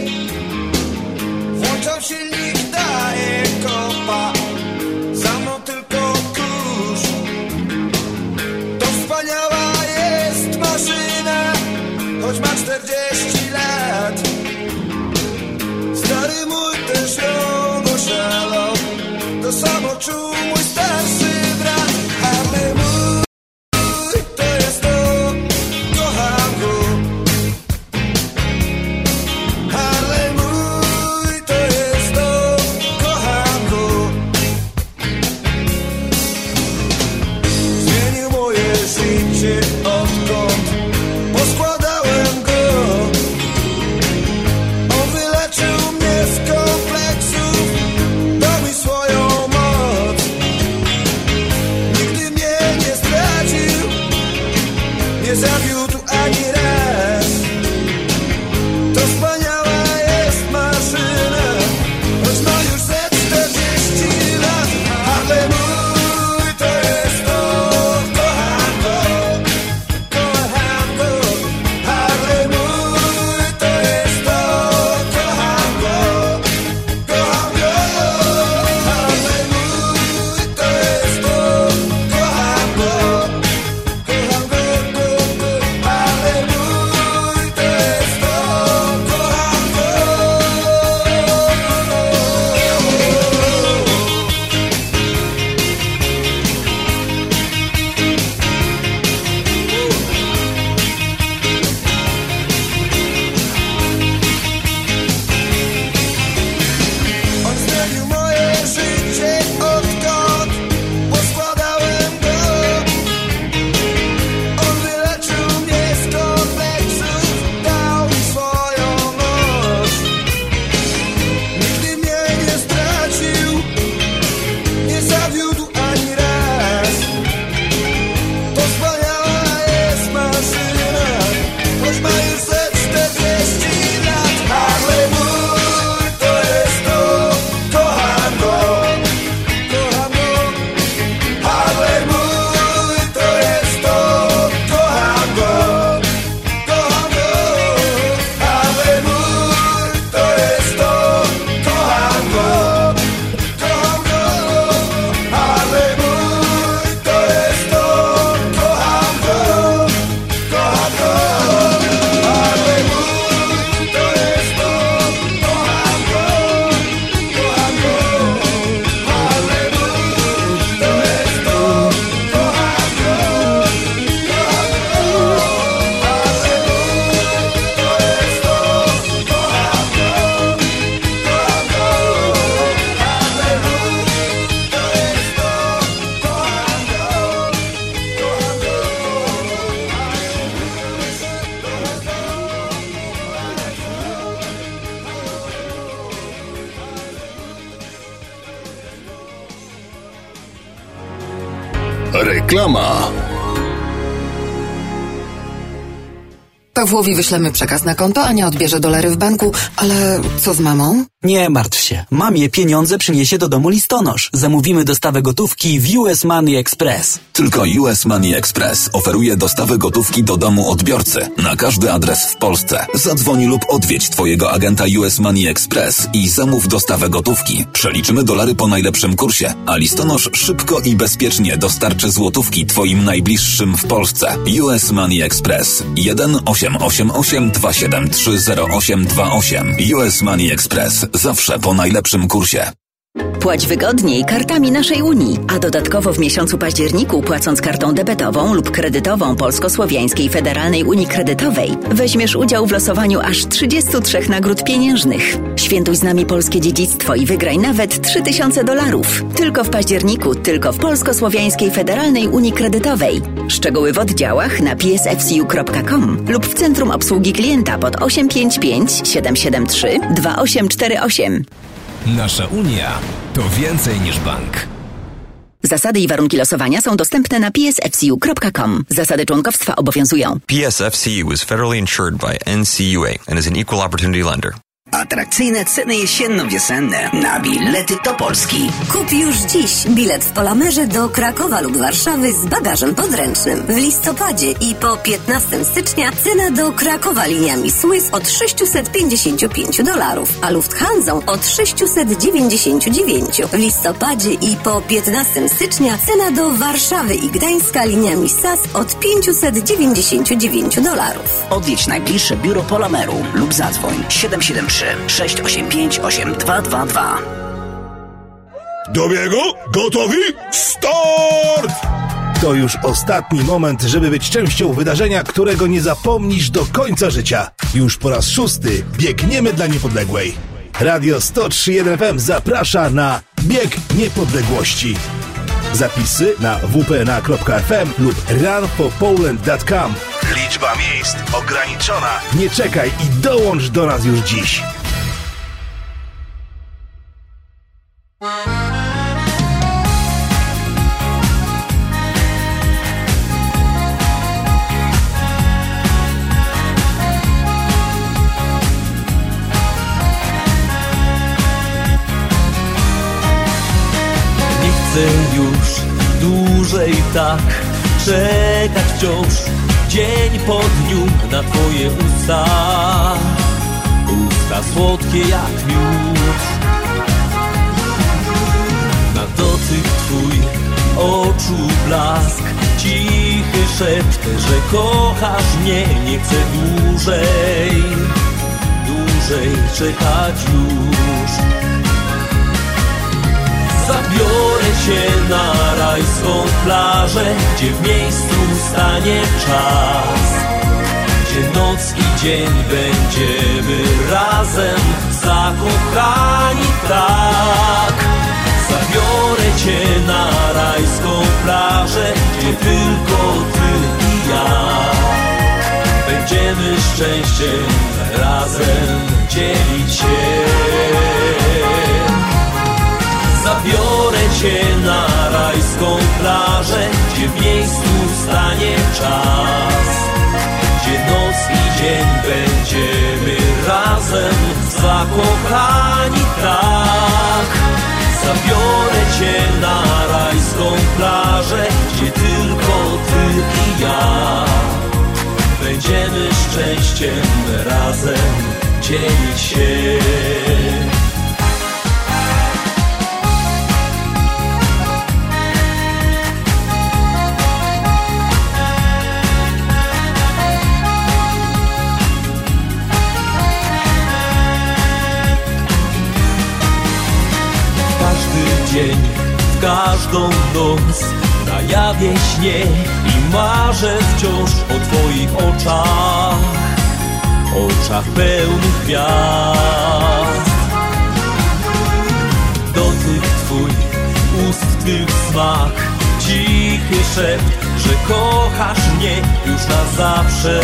Włączam silnik, daję kopa, za mną tylko kurz. To wspaniała jest maszyna, choć ma czterdzieści lat. Stary mój też ją oszalał, to samo czuł mój starszy brat. Ale mój to jest to, kocham go. Harley mój to jest to, kocham go. Zmienił moje życie odkąd poskładałem go. On wyleczył mnie z kompleksów, dał mi swoją moc. Reklama. Pawłowi wyślemy przekaz na konto, Ania odbierze dolary w banku, ale co z mamą? Nie martw się. Mamie pieniądze przyniesie do domu listonosz. Zamówimy dostawę gotówki w U S Money Express. Tylko U S Money Express oferuje dostawę gotówki do domu odbiorcy na każdy adres w Polsce. Zadzwoń lub odwiedź twojego agenta U S Money Express i zamów dostawę gotówki. Przeliczymy dolary po najlepszym kursie, a listonosz szybko i bezpiecznie dostarczy złotówki twoim najbliższym w Polsce. U S Money Express jeden osiem osiem osiem dwa siedem trzy zero osiem dwa osiem. U S Money Express. Zawsze po najlepszym kursie. Płać wygodniej kartami naszej Unii, a dodatkowo w miesiącu październiku, płacąc kartą debetową lub kredytową Polsko-Słowiańskiej Federalnej Unii Kredytowej, weźmiesz udział w losowaniu aż trzydziestu trzech nagród pieniężnych. Świętuj z nami polskie dziedzictwo i wygraj nawet trzy tysiące dolarów. Tylko w październiku, tylko w Polsko-Słowiańskiej Federalnej Unii Kredytowej. Szczegóły w oddziałach na p s f c u kropka com lub w Centrum Obsługi Klienta pod osiem pięć pięć siedem siedem trzy dwa osiem cztery osiem. Nasza Unia to więcej niż bank. Zasady i warunki losowania są dostępne na p s f c u kropka com. Zasady członkowstwa obowiązują. P S F C U is federally insured by N C U A and is an equal opportunity lender. Atrakcyjne ceny jesienno-wiosenne na bilety do Polski. Kup już dziś bilet w Polamerze do Krakowa lub Warszawy z bagażem podręcznym. W listopadzie i po piętnastego stycznia cena do Krakowa liniami Swiss od sześćset pięćdziesiąt pięć dolarów, a Lufthansa od sześćset dziewięćdziesiąt dziewięć. W listopadzie i po piętnastego stycznia cena do Warszawy i Gdańska liniami S A S od pięćset dziewięćdziesiąt dziewięć dolarów. Odwiedź najbliższe biuro Polameru lub zadzwoń siedem siedem trzy sześć osiem pięć osiem dwa dwa dwa. Do biegu? Gotowi? Start! To już ostatni moment, żeby być częścią wydarzenia, którego nie zapomnisz do końca życia. Już po raz szósty biegniemy dla niepodległej. Radio sto trzy jeden F M zaprasza na Bieg Niepodległości. Zapisy na w p n a kropka f m lub run for poland kropka com. Liczba miejsc ograniczona. Nie czekaj i dołącz do nas już dziś. Nie chcę już dłużej tak czekać wciąż dzień po dniu na twoje usta, usta słodkie jak miód. Na dotyk twój oczu blask, cichy szept, że kochasz mnie. Nie chcę dłużej, dłużej czekać już. Zabiorę cię na rajską plażę, gdzie w miejscu stanie czas, gdzie noc i dzień będziemy razem zakochani tak. Zabiorę cię na rajską plażę, gdzie tylko ty i ja będziemy szczęściem razem dzielić się. Zabiorę cię na rajską plażę, gdzie w miejscu stanie czas, gdzie noc i dzień będziemy razem zakochani tak. Zabiorę cię na rajską plażę, gdzie tylko ty i ja będziemy szczęściem razem dzielić się. Dzień, w każdą noc na jawie śnie i marzę wciąż o twoich oczach, oczach pełnych gwiazd. Dotyk twój, ust twych smak, cichy szept, że kochasz mnie już na zawsze,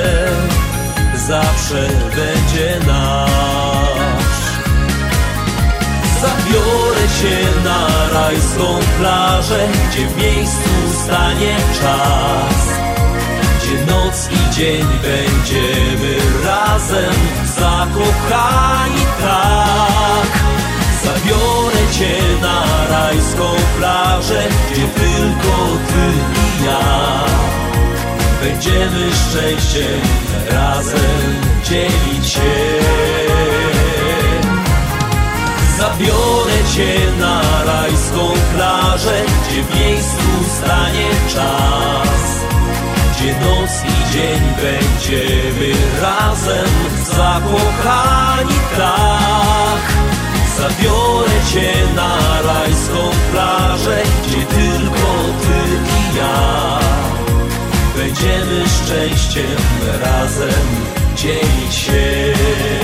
zawsze będzie nasz. Zabiorę cię na rajską plażę, gdzie w miejscu stanie czas, gdzie noc i dzień będziemy razem zakochani tak. Zabiorę cię na rajską plażę, gdzie tylko ty i ja będziemy szczęściem razem dzielić się. Zabiorę cię na rajską plażę, gdzie w miejscu stanie czas, gdzie noc i dzień będziemy razem zakochani tak. Zabiorę cię na rajską plażę, gdzie tylko ty i ja będziemy szczęściem razem dzielić się.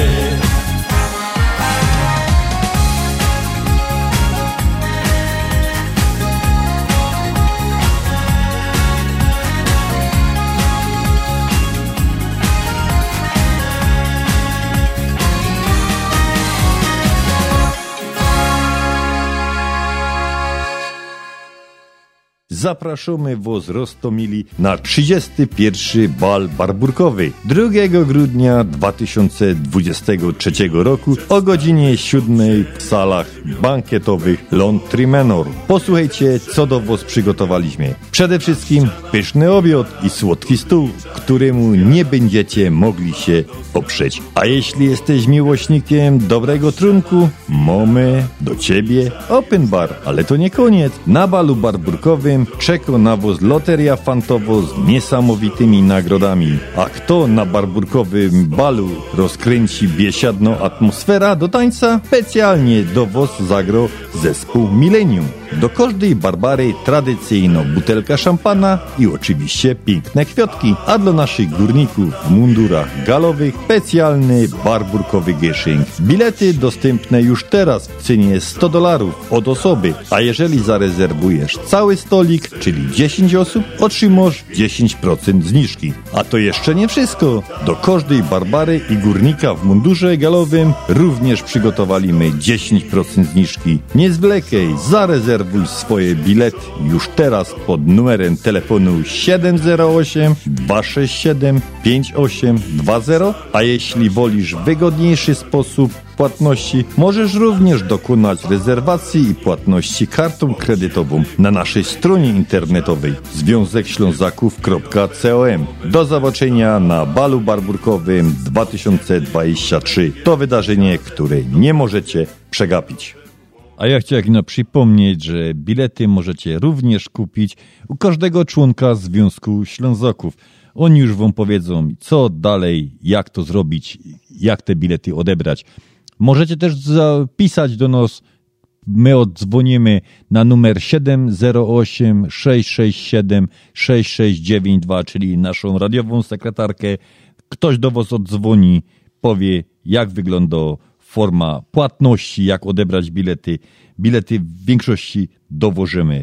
Zapraszamy was, Rostomili, na trzydziesty pierwszy bal barburkowy drugiego grudnia dwa tysiące dwudziestego trzeciego roku o godzinie siódmej w salach bankietowych Laundry Manor. Posłuchajcie, co do was przygotowaliśmy. Przede wszystkim pyszny obiad i słodki stół, któremu nie będziecie mogli się oprzeć. A jeśli jesteś miłośnikiem dobrego trunku, mamy do ciebie open bar. Ale to nie koniec. Na balu barburkowym czeka na was loteria fantowo z niesamowitymi nagrodami. A kto na barburkowym balu rozkręci biesiadną atmosfera do tańca? Specjalnie do was zagrał zespół Millennium. Do każdej Barbary tradycyjno butelka szampana i oczywiście piękne kwiatki, a dla naszych górników w mundurach galowych specjalny barburkowy gieszynk. Bilety dostępne już teraz w cenie sto dolarów od osoby, a jeżeli zarezerwujesz cały stolik, czyli dziesięć osób, otrzymasz dziesięć procent zniżki. A to jeszcze nie wszystko. Do każdej Barbary i górnika w mundurze galowym również przygotowaliśmy dziesięć procent zniżki. Nie zwlekaj, zarezerwuj Rezerwuj swoje bilety już teraz pod numerem telefonu siedem zero osiem dwa sześć siedem pięć osiem dwa zero, a jeśli wolisz wygodniejszy sposób płatności, możesz również dokonać rezerwacji i płatności kartą kredytową na naszej stronie internetowej związek ślązaków kropka com. Do zobaczenia na balu barburkowym dwa tysiące dwudziestym trzecim. To wydarzenie, które nie możecie przegapić. A ja chciałem no przypomnieć, że bilety możecie również kupić u każdego członka Związku Ślązaków. Oni już wam powiedzą, co dalej, jak to zrobić, jak te bilety odebrać. Możecie też zapisać do nas, my oddzwonimy na numer siedem zero osiem sześć sześć siedem sześć sześć dziewięć dwa, czyli naszą radiową sekretarkę. Ktoś do was oddzwoni, powie, jak wygląda forma płatności, jak odebrać bilety. Bilety w większości dowożymy.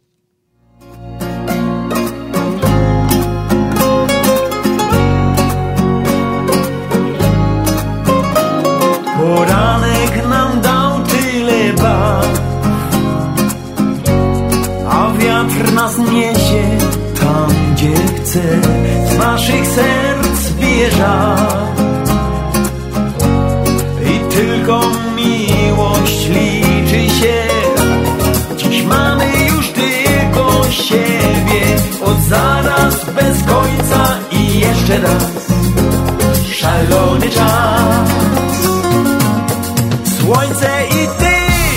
Poranek nam dał tyle barw, a wiatr nas niesie tam, gdzie chce. Z naszych serc bije żar i tylko miłość liczy się. Dziś mamy już tylko siebie, od zaraz bez końca i jeszcze raz szalony czas. Słońce i ty,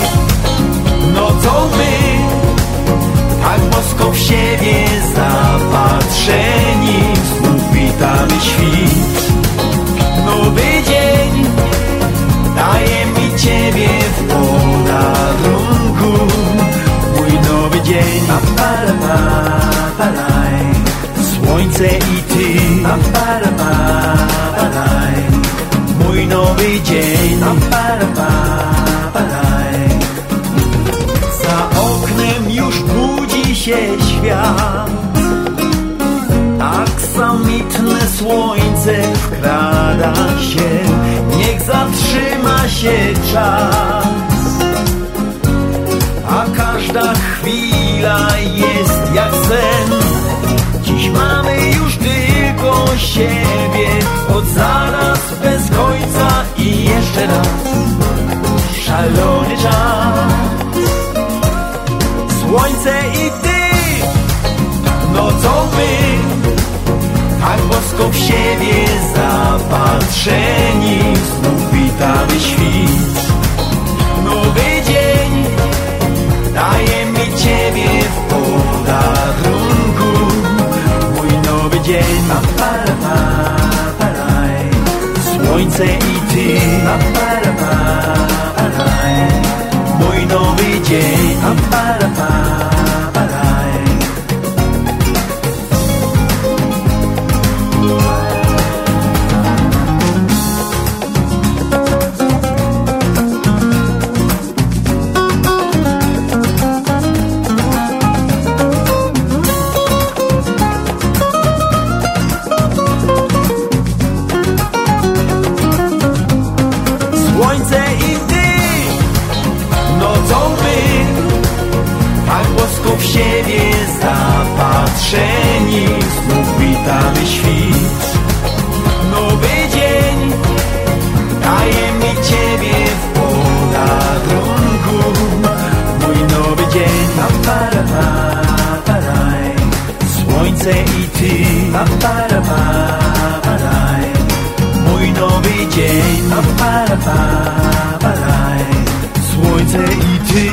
nocą my, tak bosko w siebie zapatrzeni, znów witamy świt. Nowy dzień daje mi ciebie w podarunku, mój nowy dzień. Słońce i ty, mój nowy dzień. Za oknem już budzi się świat, aksamitne słońce wkrada się, niech zatrzyma się czas, a każdy każda chwila jest jak sen. Dziś mamy już tylko siebie, od zaraz bez końca i jeszcze raz szalony czas. Słońce i ty, nocą my, tak bosko w siebie zapatrzeni, znów witamy świt. Nowy dzień daje mi ciebie w podarunku, mój nowy dzień. Słońce i ty, mój nowy dzień. W siebie zapatrzeni, znów witamy świt. Nowy dzień daje mi ciebie w podarunku, mój nowy dzień. Słońce i ty, mój nowy dzień. Słońce i ty.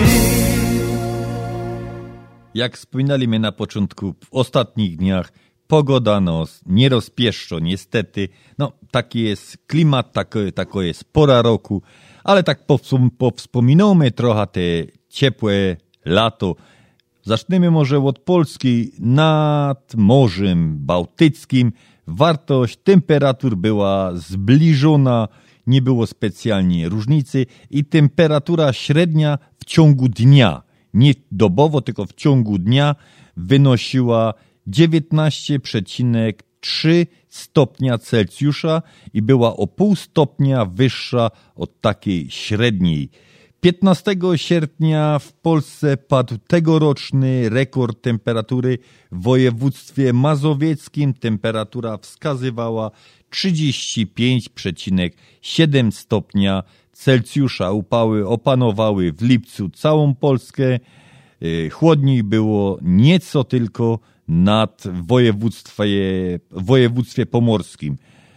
Jak wspominaliśmy na początku, w ostatnich dniach pogoda nos nie rozpieszczo, niestety. No, taki jest klimat, tako, tako jest pora roku, ale tak powspominamy trochę te ciepłe lato. Zaczniemy może od Polski. Nad Morzem Bałtyckim wartość temperatur była zbliżona, nie było specjalnie różnicy i temperatura średnia w ciągu dnia, nie dobowo, tylko w ciągu dnia, wynosiła dziewiętnaście przecinek trzy stopnia Celsjusza i była o pół stopnia wyższa od takiej średniej. piętnastego sierpnia w Polsce padł tegoroczny rekord temperatury w województwie mazowieckim. Temperatura wskazywała trzydzieści pięć przecinek siedem stopnia Celsjusza. Upały opanowały w lipcu całą Polskę. Chłodniej było nieco tylko nad województwie, województwie pomorskim.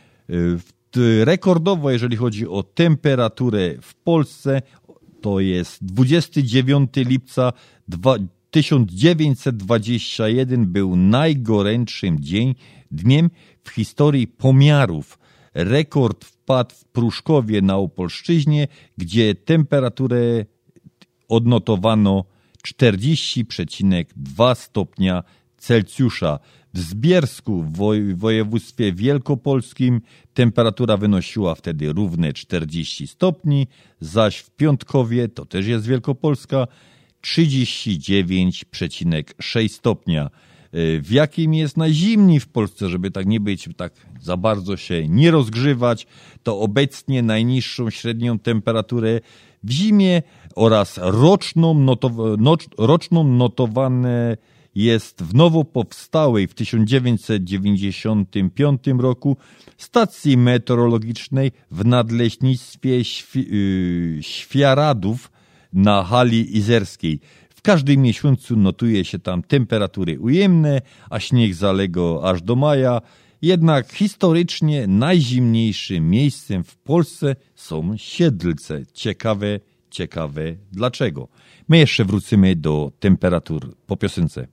Rekordowo, jeżeli chodzi o temperaturę w Polsce, to jest dwudziestego dziewiątego lipca tysiąc dziewięćset dwudziestego pierwszego był najgorętszym dzień, dniem w historii pomiarów. Rekord wpadł w Pruszkowie na Opolszczyźnie, gdzie temperaturę odnotowano czterdzieści przecinek dwa stopnia Celsjusza. W Zbiersku w województwie wielkopolskim temperatura wynosiła wtedy równe czterdzieści stopni, zaś w Piątkowie, to też jest Wielkopolska, trzydzieści dziewięć przecinek sześć stopnia. W jakim jest najzimniej w Polsce, żeby tak nie być, tak za bardzo się nie rozgrzewać, to obecnie najniższą średnią temperaturę w zimie oraz roczną, notow- noc- roczną notowane jest w nowo powstałej w tysiąc dziewięćset dziewięćdziesiątym piątym roku stacji meteorologicznej w Nadleśnictwie Świ- yy, Świaradów na hali izerskiej. W każdym miesiącu notuje się tam temperatury ujemne, a śnieg zalega aż do maja. Jednak historycznie najzimniejszym miejscem w Polsce są Siedlce. Ciekawe, ciekawe dlaczego. My jeszcze wrócimy do temperatur po piosence.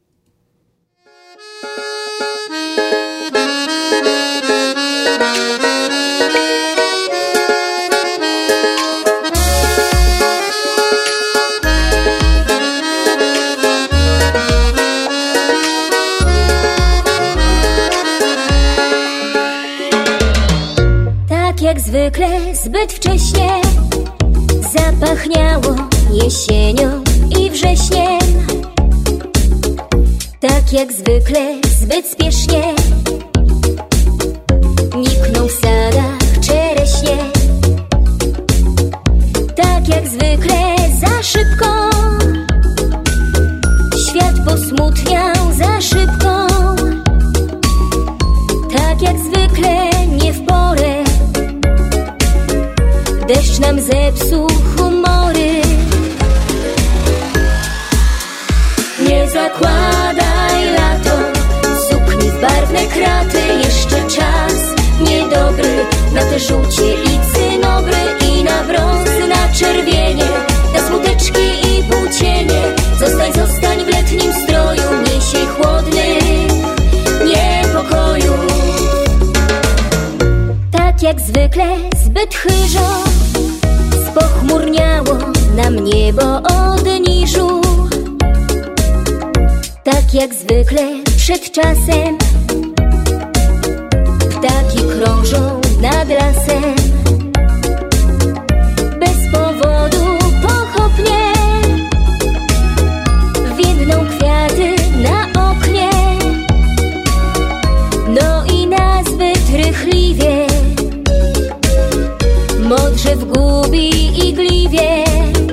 Jak zwykle zbyt wcześnie zapachniało jesienią i wrześniem. Tak jak zwykle zbyt spiesznie nikną w sadach czereśnie. Tak jak zwykle za szybko zalutniał za szybko. Tak jak zwykle nie w porę. Deszcz nam zepsuł humory. Nie zakładaj lato sukni w barwne kraty. Jeszcze czas niedobry na te żółcie i cynobry i na brąz, na czerwienie, na smuteczki i półcienie. Zostań, zostań w letnim stroju, niesie chłodny niepokoju. Tak jak zwykle zbyt chyżo spochmurniało nam niebo od niżu. Tak jak zwykle przed czasem ptaki krążą nad lasem. Bez powodu pochopnie widną kwiaty na oknie. No i nazbyt rychliwie modrzew gubi igliwie.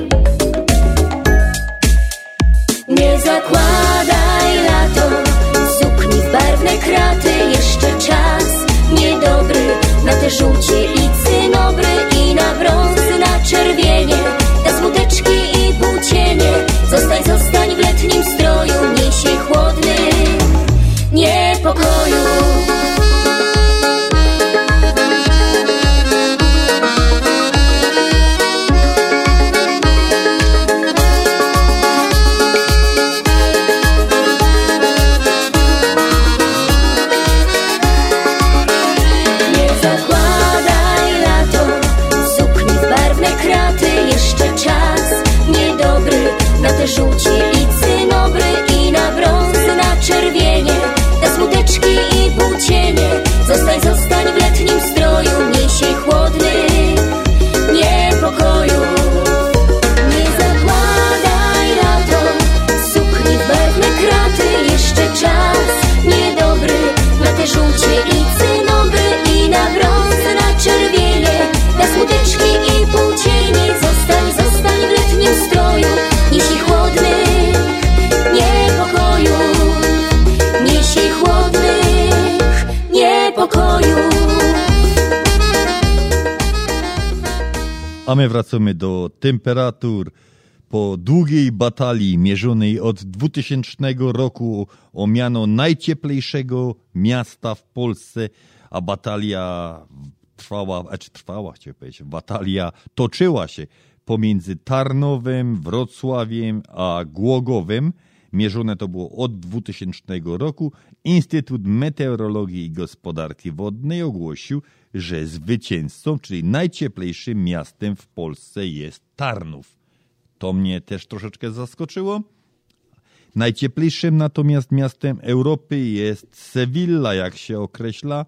Nie zakładaj lato sukni w barwne kraty. Jeszcze czas niedobry na te żółcie i cynobry i na brąz, na czerwienie, na smuteczki i półcienie. Zostań, zostań w letnim stroju, niesie chłodny niepokoju. Na te żółcie i cynobry i na brąz, na czerwienie, na smuteczki i półcienie. Zostań, zostań w letnim stroju, niesie chłodny niepokoju. Nie zakładaj lato sukni w barwne kraty. Jeszcze czas niedobry na te żółcie i cynobry i na brąz, na czerwienie, na smuteczki i półcienie. Zostań, zostań w letnim stroju, niesie chłodny niepokoju, niesie chłodnych niepokoju. A my wracamy do temperatur. Po długiej batalii mierzonej od dwutysięcznego roku o miano najcieplejszego miasta w Polsce, a batalia trwała, a czy trwała, chciałem powiedzieć, batalia toczyła się pomiędzy Tarnowem, Wrocławiem a Głogowem. Mierzone to było od dwutysięcznego roku. Instytut Meteorologii i Gospodarki Wodnej ogłosił, że zwycięzcą, czyli najcieplejszym miastem w Polsce jest Tarnów. To mnie też troszeczkę zaskoczyło. Najcieplejszym natomiast miastem Europy jest Sewilla, jak się określa.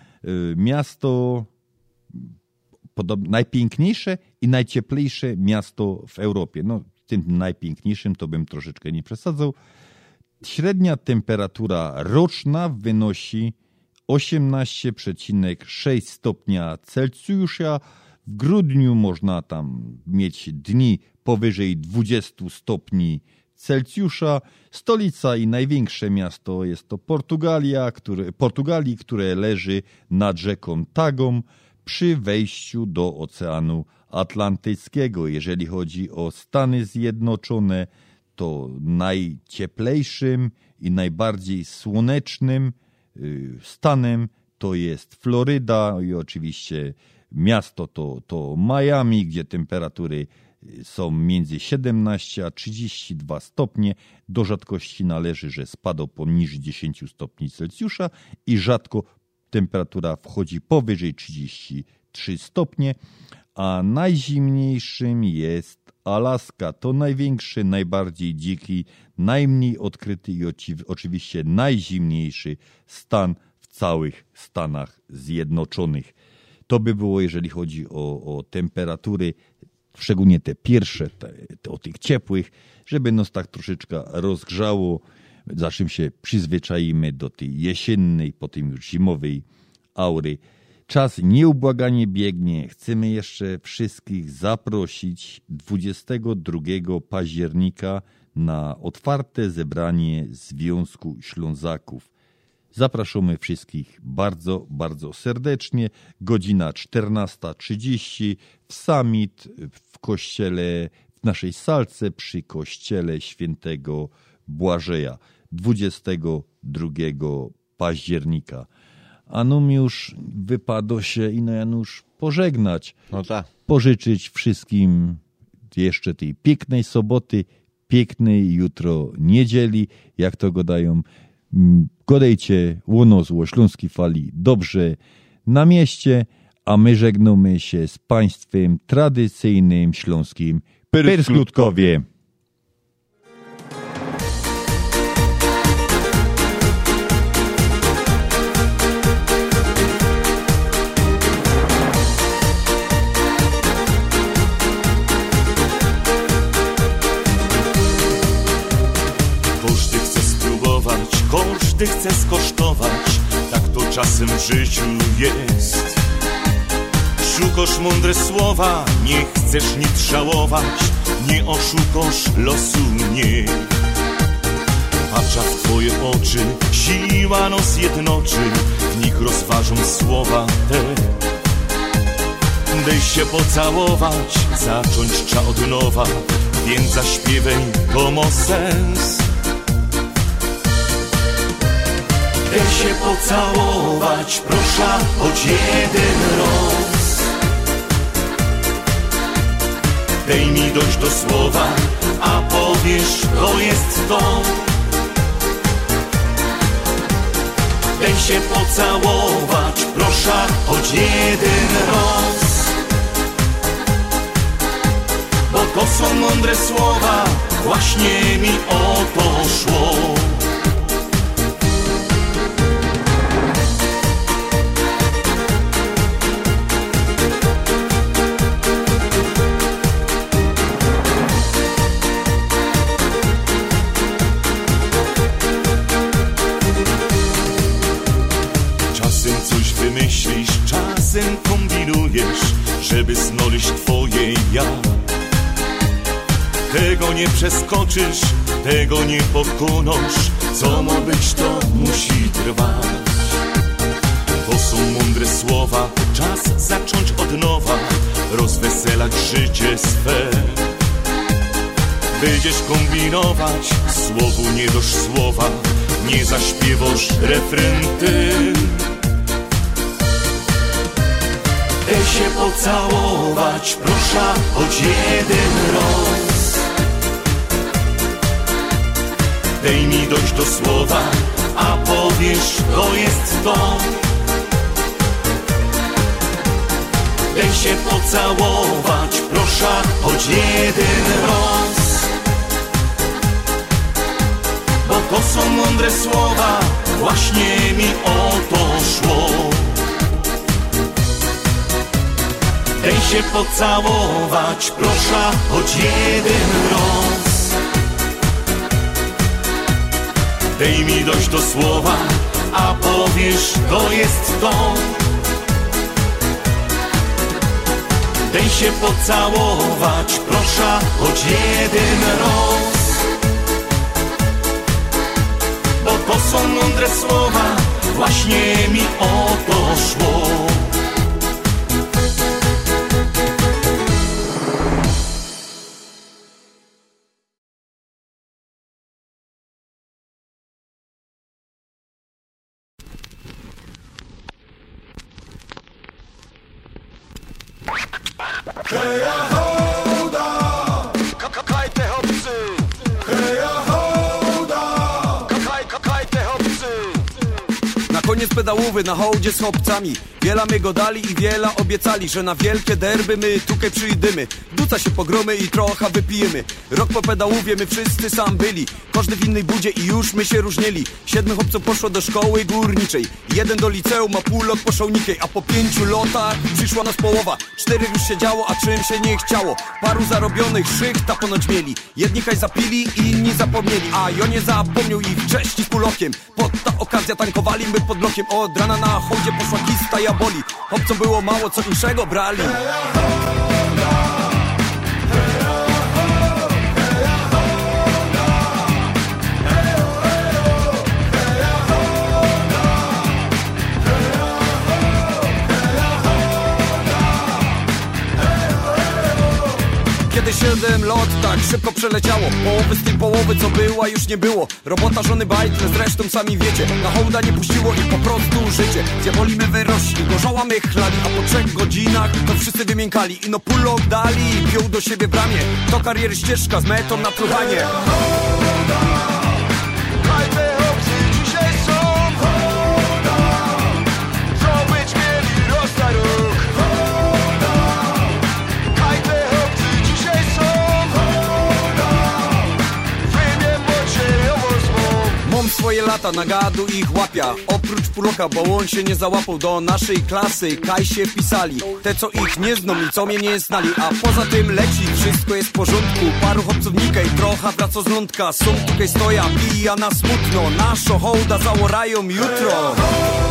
Miasto podobno najpiękniejsze i najcieplejsze miasto w Europie. No, tym najpiękniejszym to bym troszeczkę nie przesadzał. Średnia temperatura roczna wynosi osiemnaście przecinek sześć stopnia Celsjusza. W grudniu można tam mieć dni powyżej dwadzieścia stopni Celsjusza. Stolica i największe miasto jest to Portugalia, które, Portugalii, które leży nad rzeką Tagą przy wejściu do Oceanu Atlantyckiego. Jeżeli chodzi o Stany Zjednoczone, to najcieplejszym i najbardziej słonecznym stanem to jest Floryda i oczywiście miasto to, to Miami, gdzie temperatury są między siedemnaście a trzydzieści dwa stopnie. Do rzadkości należy, że spadło poniżej dziesięć stopni Celsjusza i rzadko temperatura wchodzi powyżej trzydzieści trzy stopnie, a najzimniejszym jest Alaska. To największy, najbardziej dziki, najmniej odkryty i oczywiście najzimniejszy stan w całych Stanach Zjednoczonych. To by było, jeżeli chodzi o, o temperatury, szczególnie te pierwsze, te, te, o tych ciepłych, żeby nas tak troszeczkę rozgrzało, za czym się przyzwyczaimy do tej jesiennej, potem już zimowej aury. Czas nieubłaganie biegnie. Chcemy jeszcze wszystkich zaprosić dwudziestego drugiego października na otwarte zebranie Związku Ślązaków. Zapraszamy wszystkich bardzo, bardzo serdecznie. Godzina czternasta trzydzieści w summit w kościele, w naszej salce przy kościele świętego Błażeja dwudziestego drugiego października. A nam już wypadło się, ino Janusz, pożegnać. No tak. Pożyczyć wszystkim jeszcze tej pięknej soboty, pięknej jutro niedzieli, jak to gadają. Godejcie łono z Śląskiej Fali dobrze na mieście, a my żegnamy się z państwem tradycyjnym śląskim Persklutkowie. Każdy chce skosztować, tak to czasem w życiu jest. Szukasz mądre słowa, nie chcesz nic żałować, nie oszukasz losu mnie. Patrza w twoje oczy, siła nos jednoczy, w nich rozważą słowa te. Daj się pocałować, zacząć trzeba od nowa, więc zaśpiewaj, to ma sens. Daj się pocałować, proszę, choć jeden raz. Daj mi dojść do słowa, a powiesz, to jest to. Daj się pocałować, proszę, choć jeden raz. Bo to są mądre słowa, właśnie mi o to szło. Myślisz, czasem kombinujesz, żeby znaleźć twoje ja. Tego nie przeskoczysz, tego nie pokonasz, co ma być, to musi trwać. To są mądre słowa, czas zacząć od nowa, rozweselać życie swe. Będziesz kombinować, słowu nie dosz słowa, nie zaśpiewasz refren ty. Daj się pocałować, proszę, choć jeden raz. Daj mi dojść do słowa, a powiesz, to jest to. Daj się pocałować, proszę, choć jeden raz. Bo to są mądre słowa, właśnie mi o to szło. Daj się pocałować, proszę, choć jeden raz. Daj mi dojść do słowa, a powiesz, to jest to. Daj się pocałować, proszę, choć jeden raz. Bo to są mądre słowa, właśnie mi o to szło. Heja hołda! Kakajte chłopcy! Heja hołda! Kakaj, kakajte chłopcy! Na koniec pedałowy na hołdzie z chłopcami. Wiela my go dali i wiela obiecali, że na wielkie derby my tutaj przyjdziemy. Duca się pogromy i trochę wypijemy. Rok po pedałowie my wszyscy sam byli, każdy w innej budzie i już my się różnili. Siedmiu chłopców poszło do szkoły górniczej, jeden do liceum, a pół lot po szałnikiej. A po pięciu lotach przyszła nas połowa. Cztery już się działo, a czym się nie chciało. Paru zarobionych szychta ponoć mieli. Jedni kaj zapili, inni zapomnieli. A ja nie zapomniał i wcześniej z półokiem. Pod ta okazja tankowali my pod blokiem. Od rana na hołdzie poszła kista ja boli. Chłopcom było mało, co inszego brali. Kiedy siedem lat tak szybko przeleciało, połowy z tej połowy co była już nie było. Robota żony bajtle, zresztą sami wiecie, na hołda nie puściło i po prostu życie. Diaboli my wyrośli, gorzoła my chlali, a po trzech godzinach to wszyscy wymiękali. Ino pulo dali, piął do siebie w ramię. To kariery ścieżka z metą na truchanie. Swoje lata na gadu ich łapia. Oprócz Puloka, bo on się nie załapał. Do naszej klasy Kaj się pisali te co ich nie zną i co mnie nie znali. A poza tym leci, wszystko jest w porządku. Paru chłopcownika i trochę wraca z lądka. Są tutaj stoja, pija na smutno. Naszą hołda załorają jutro.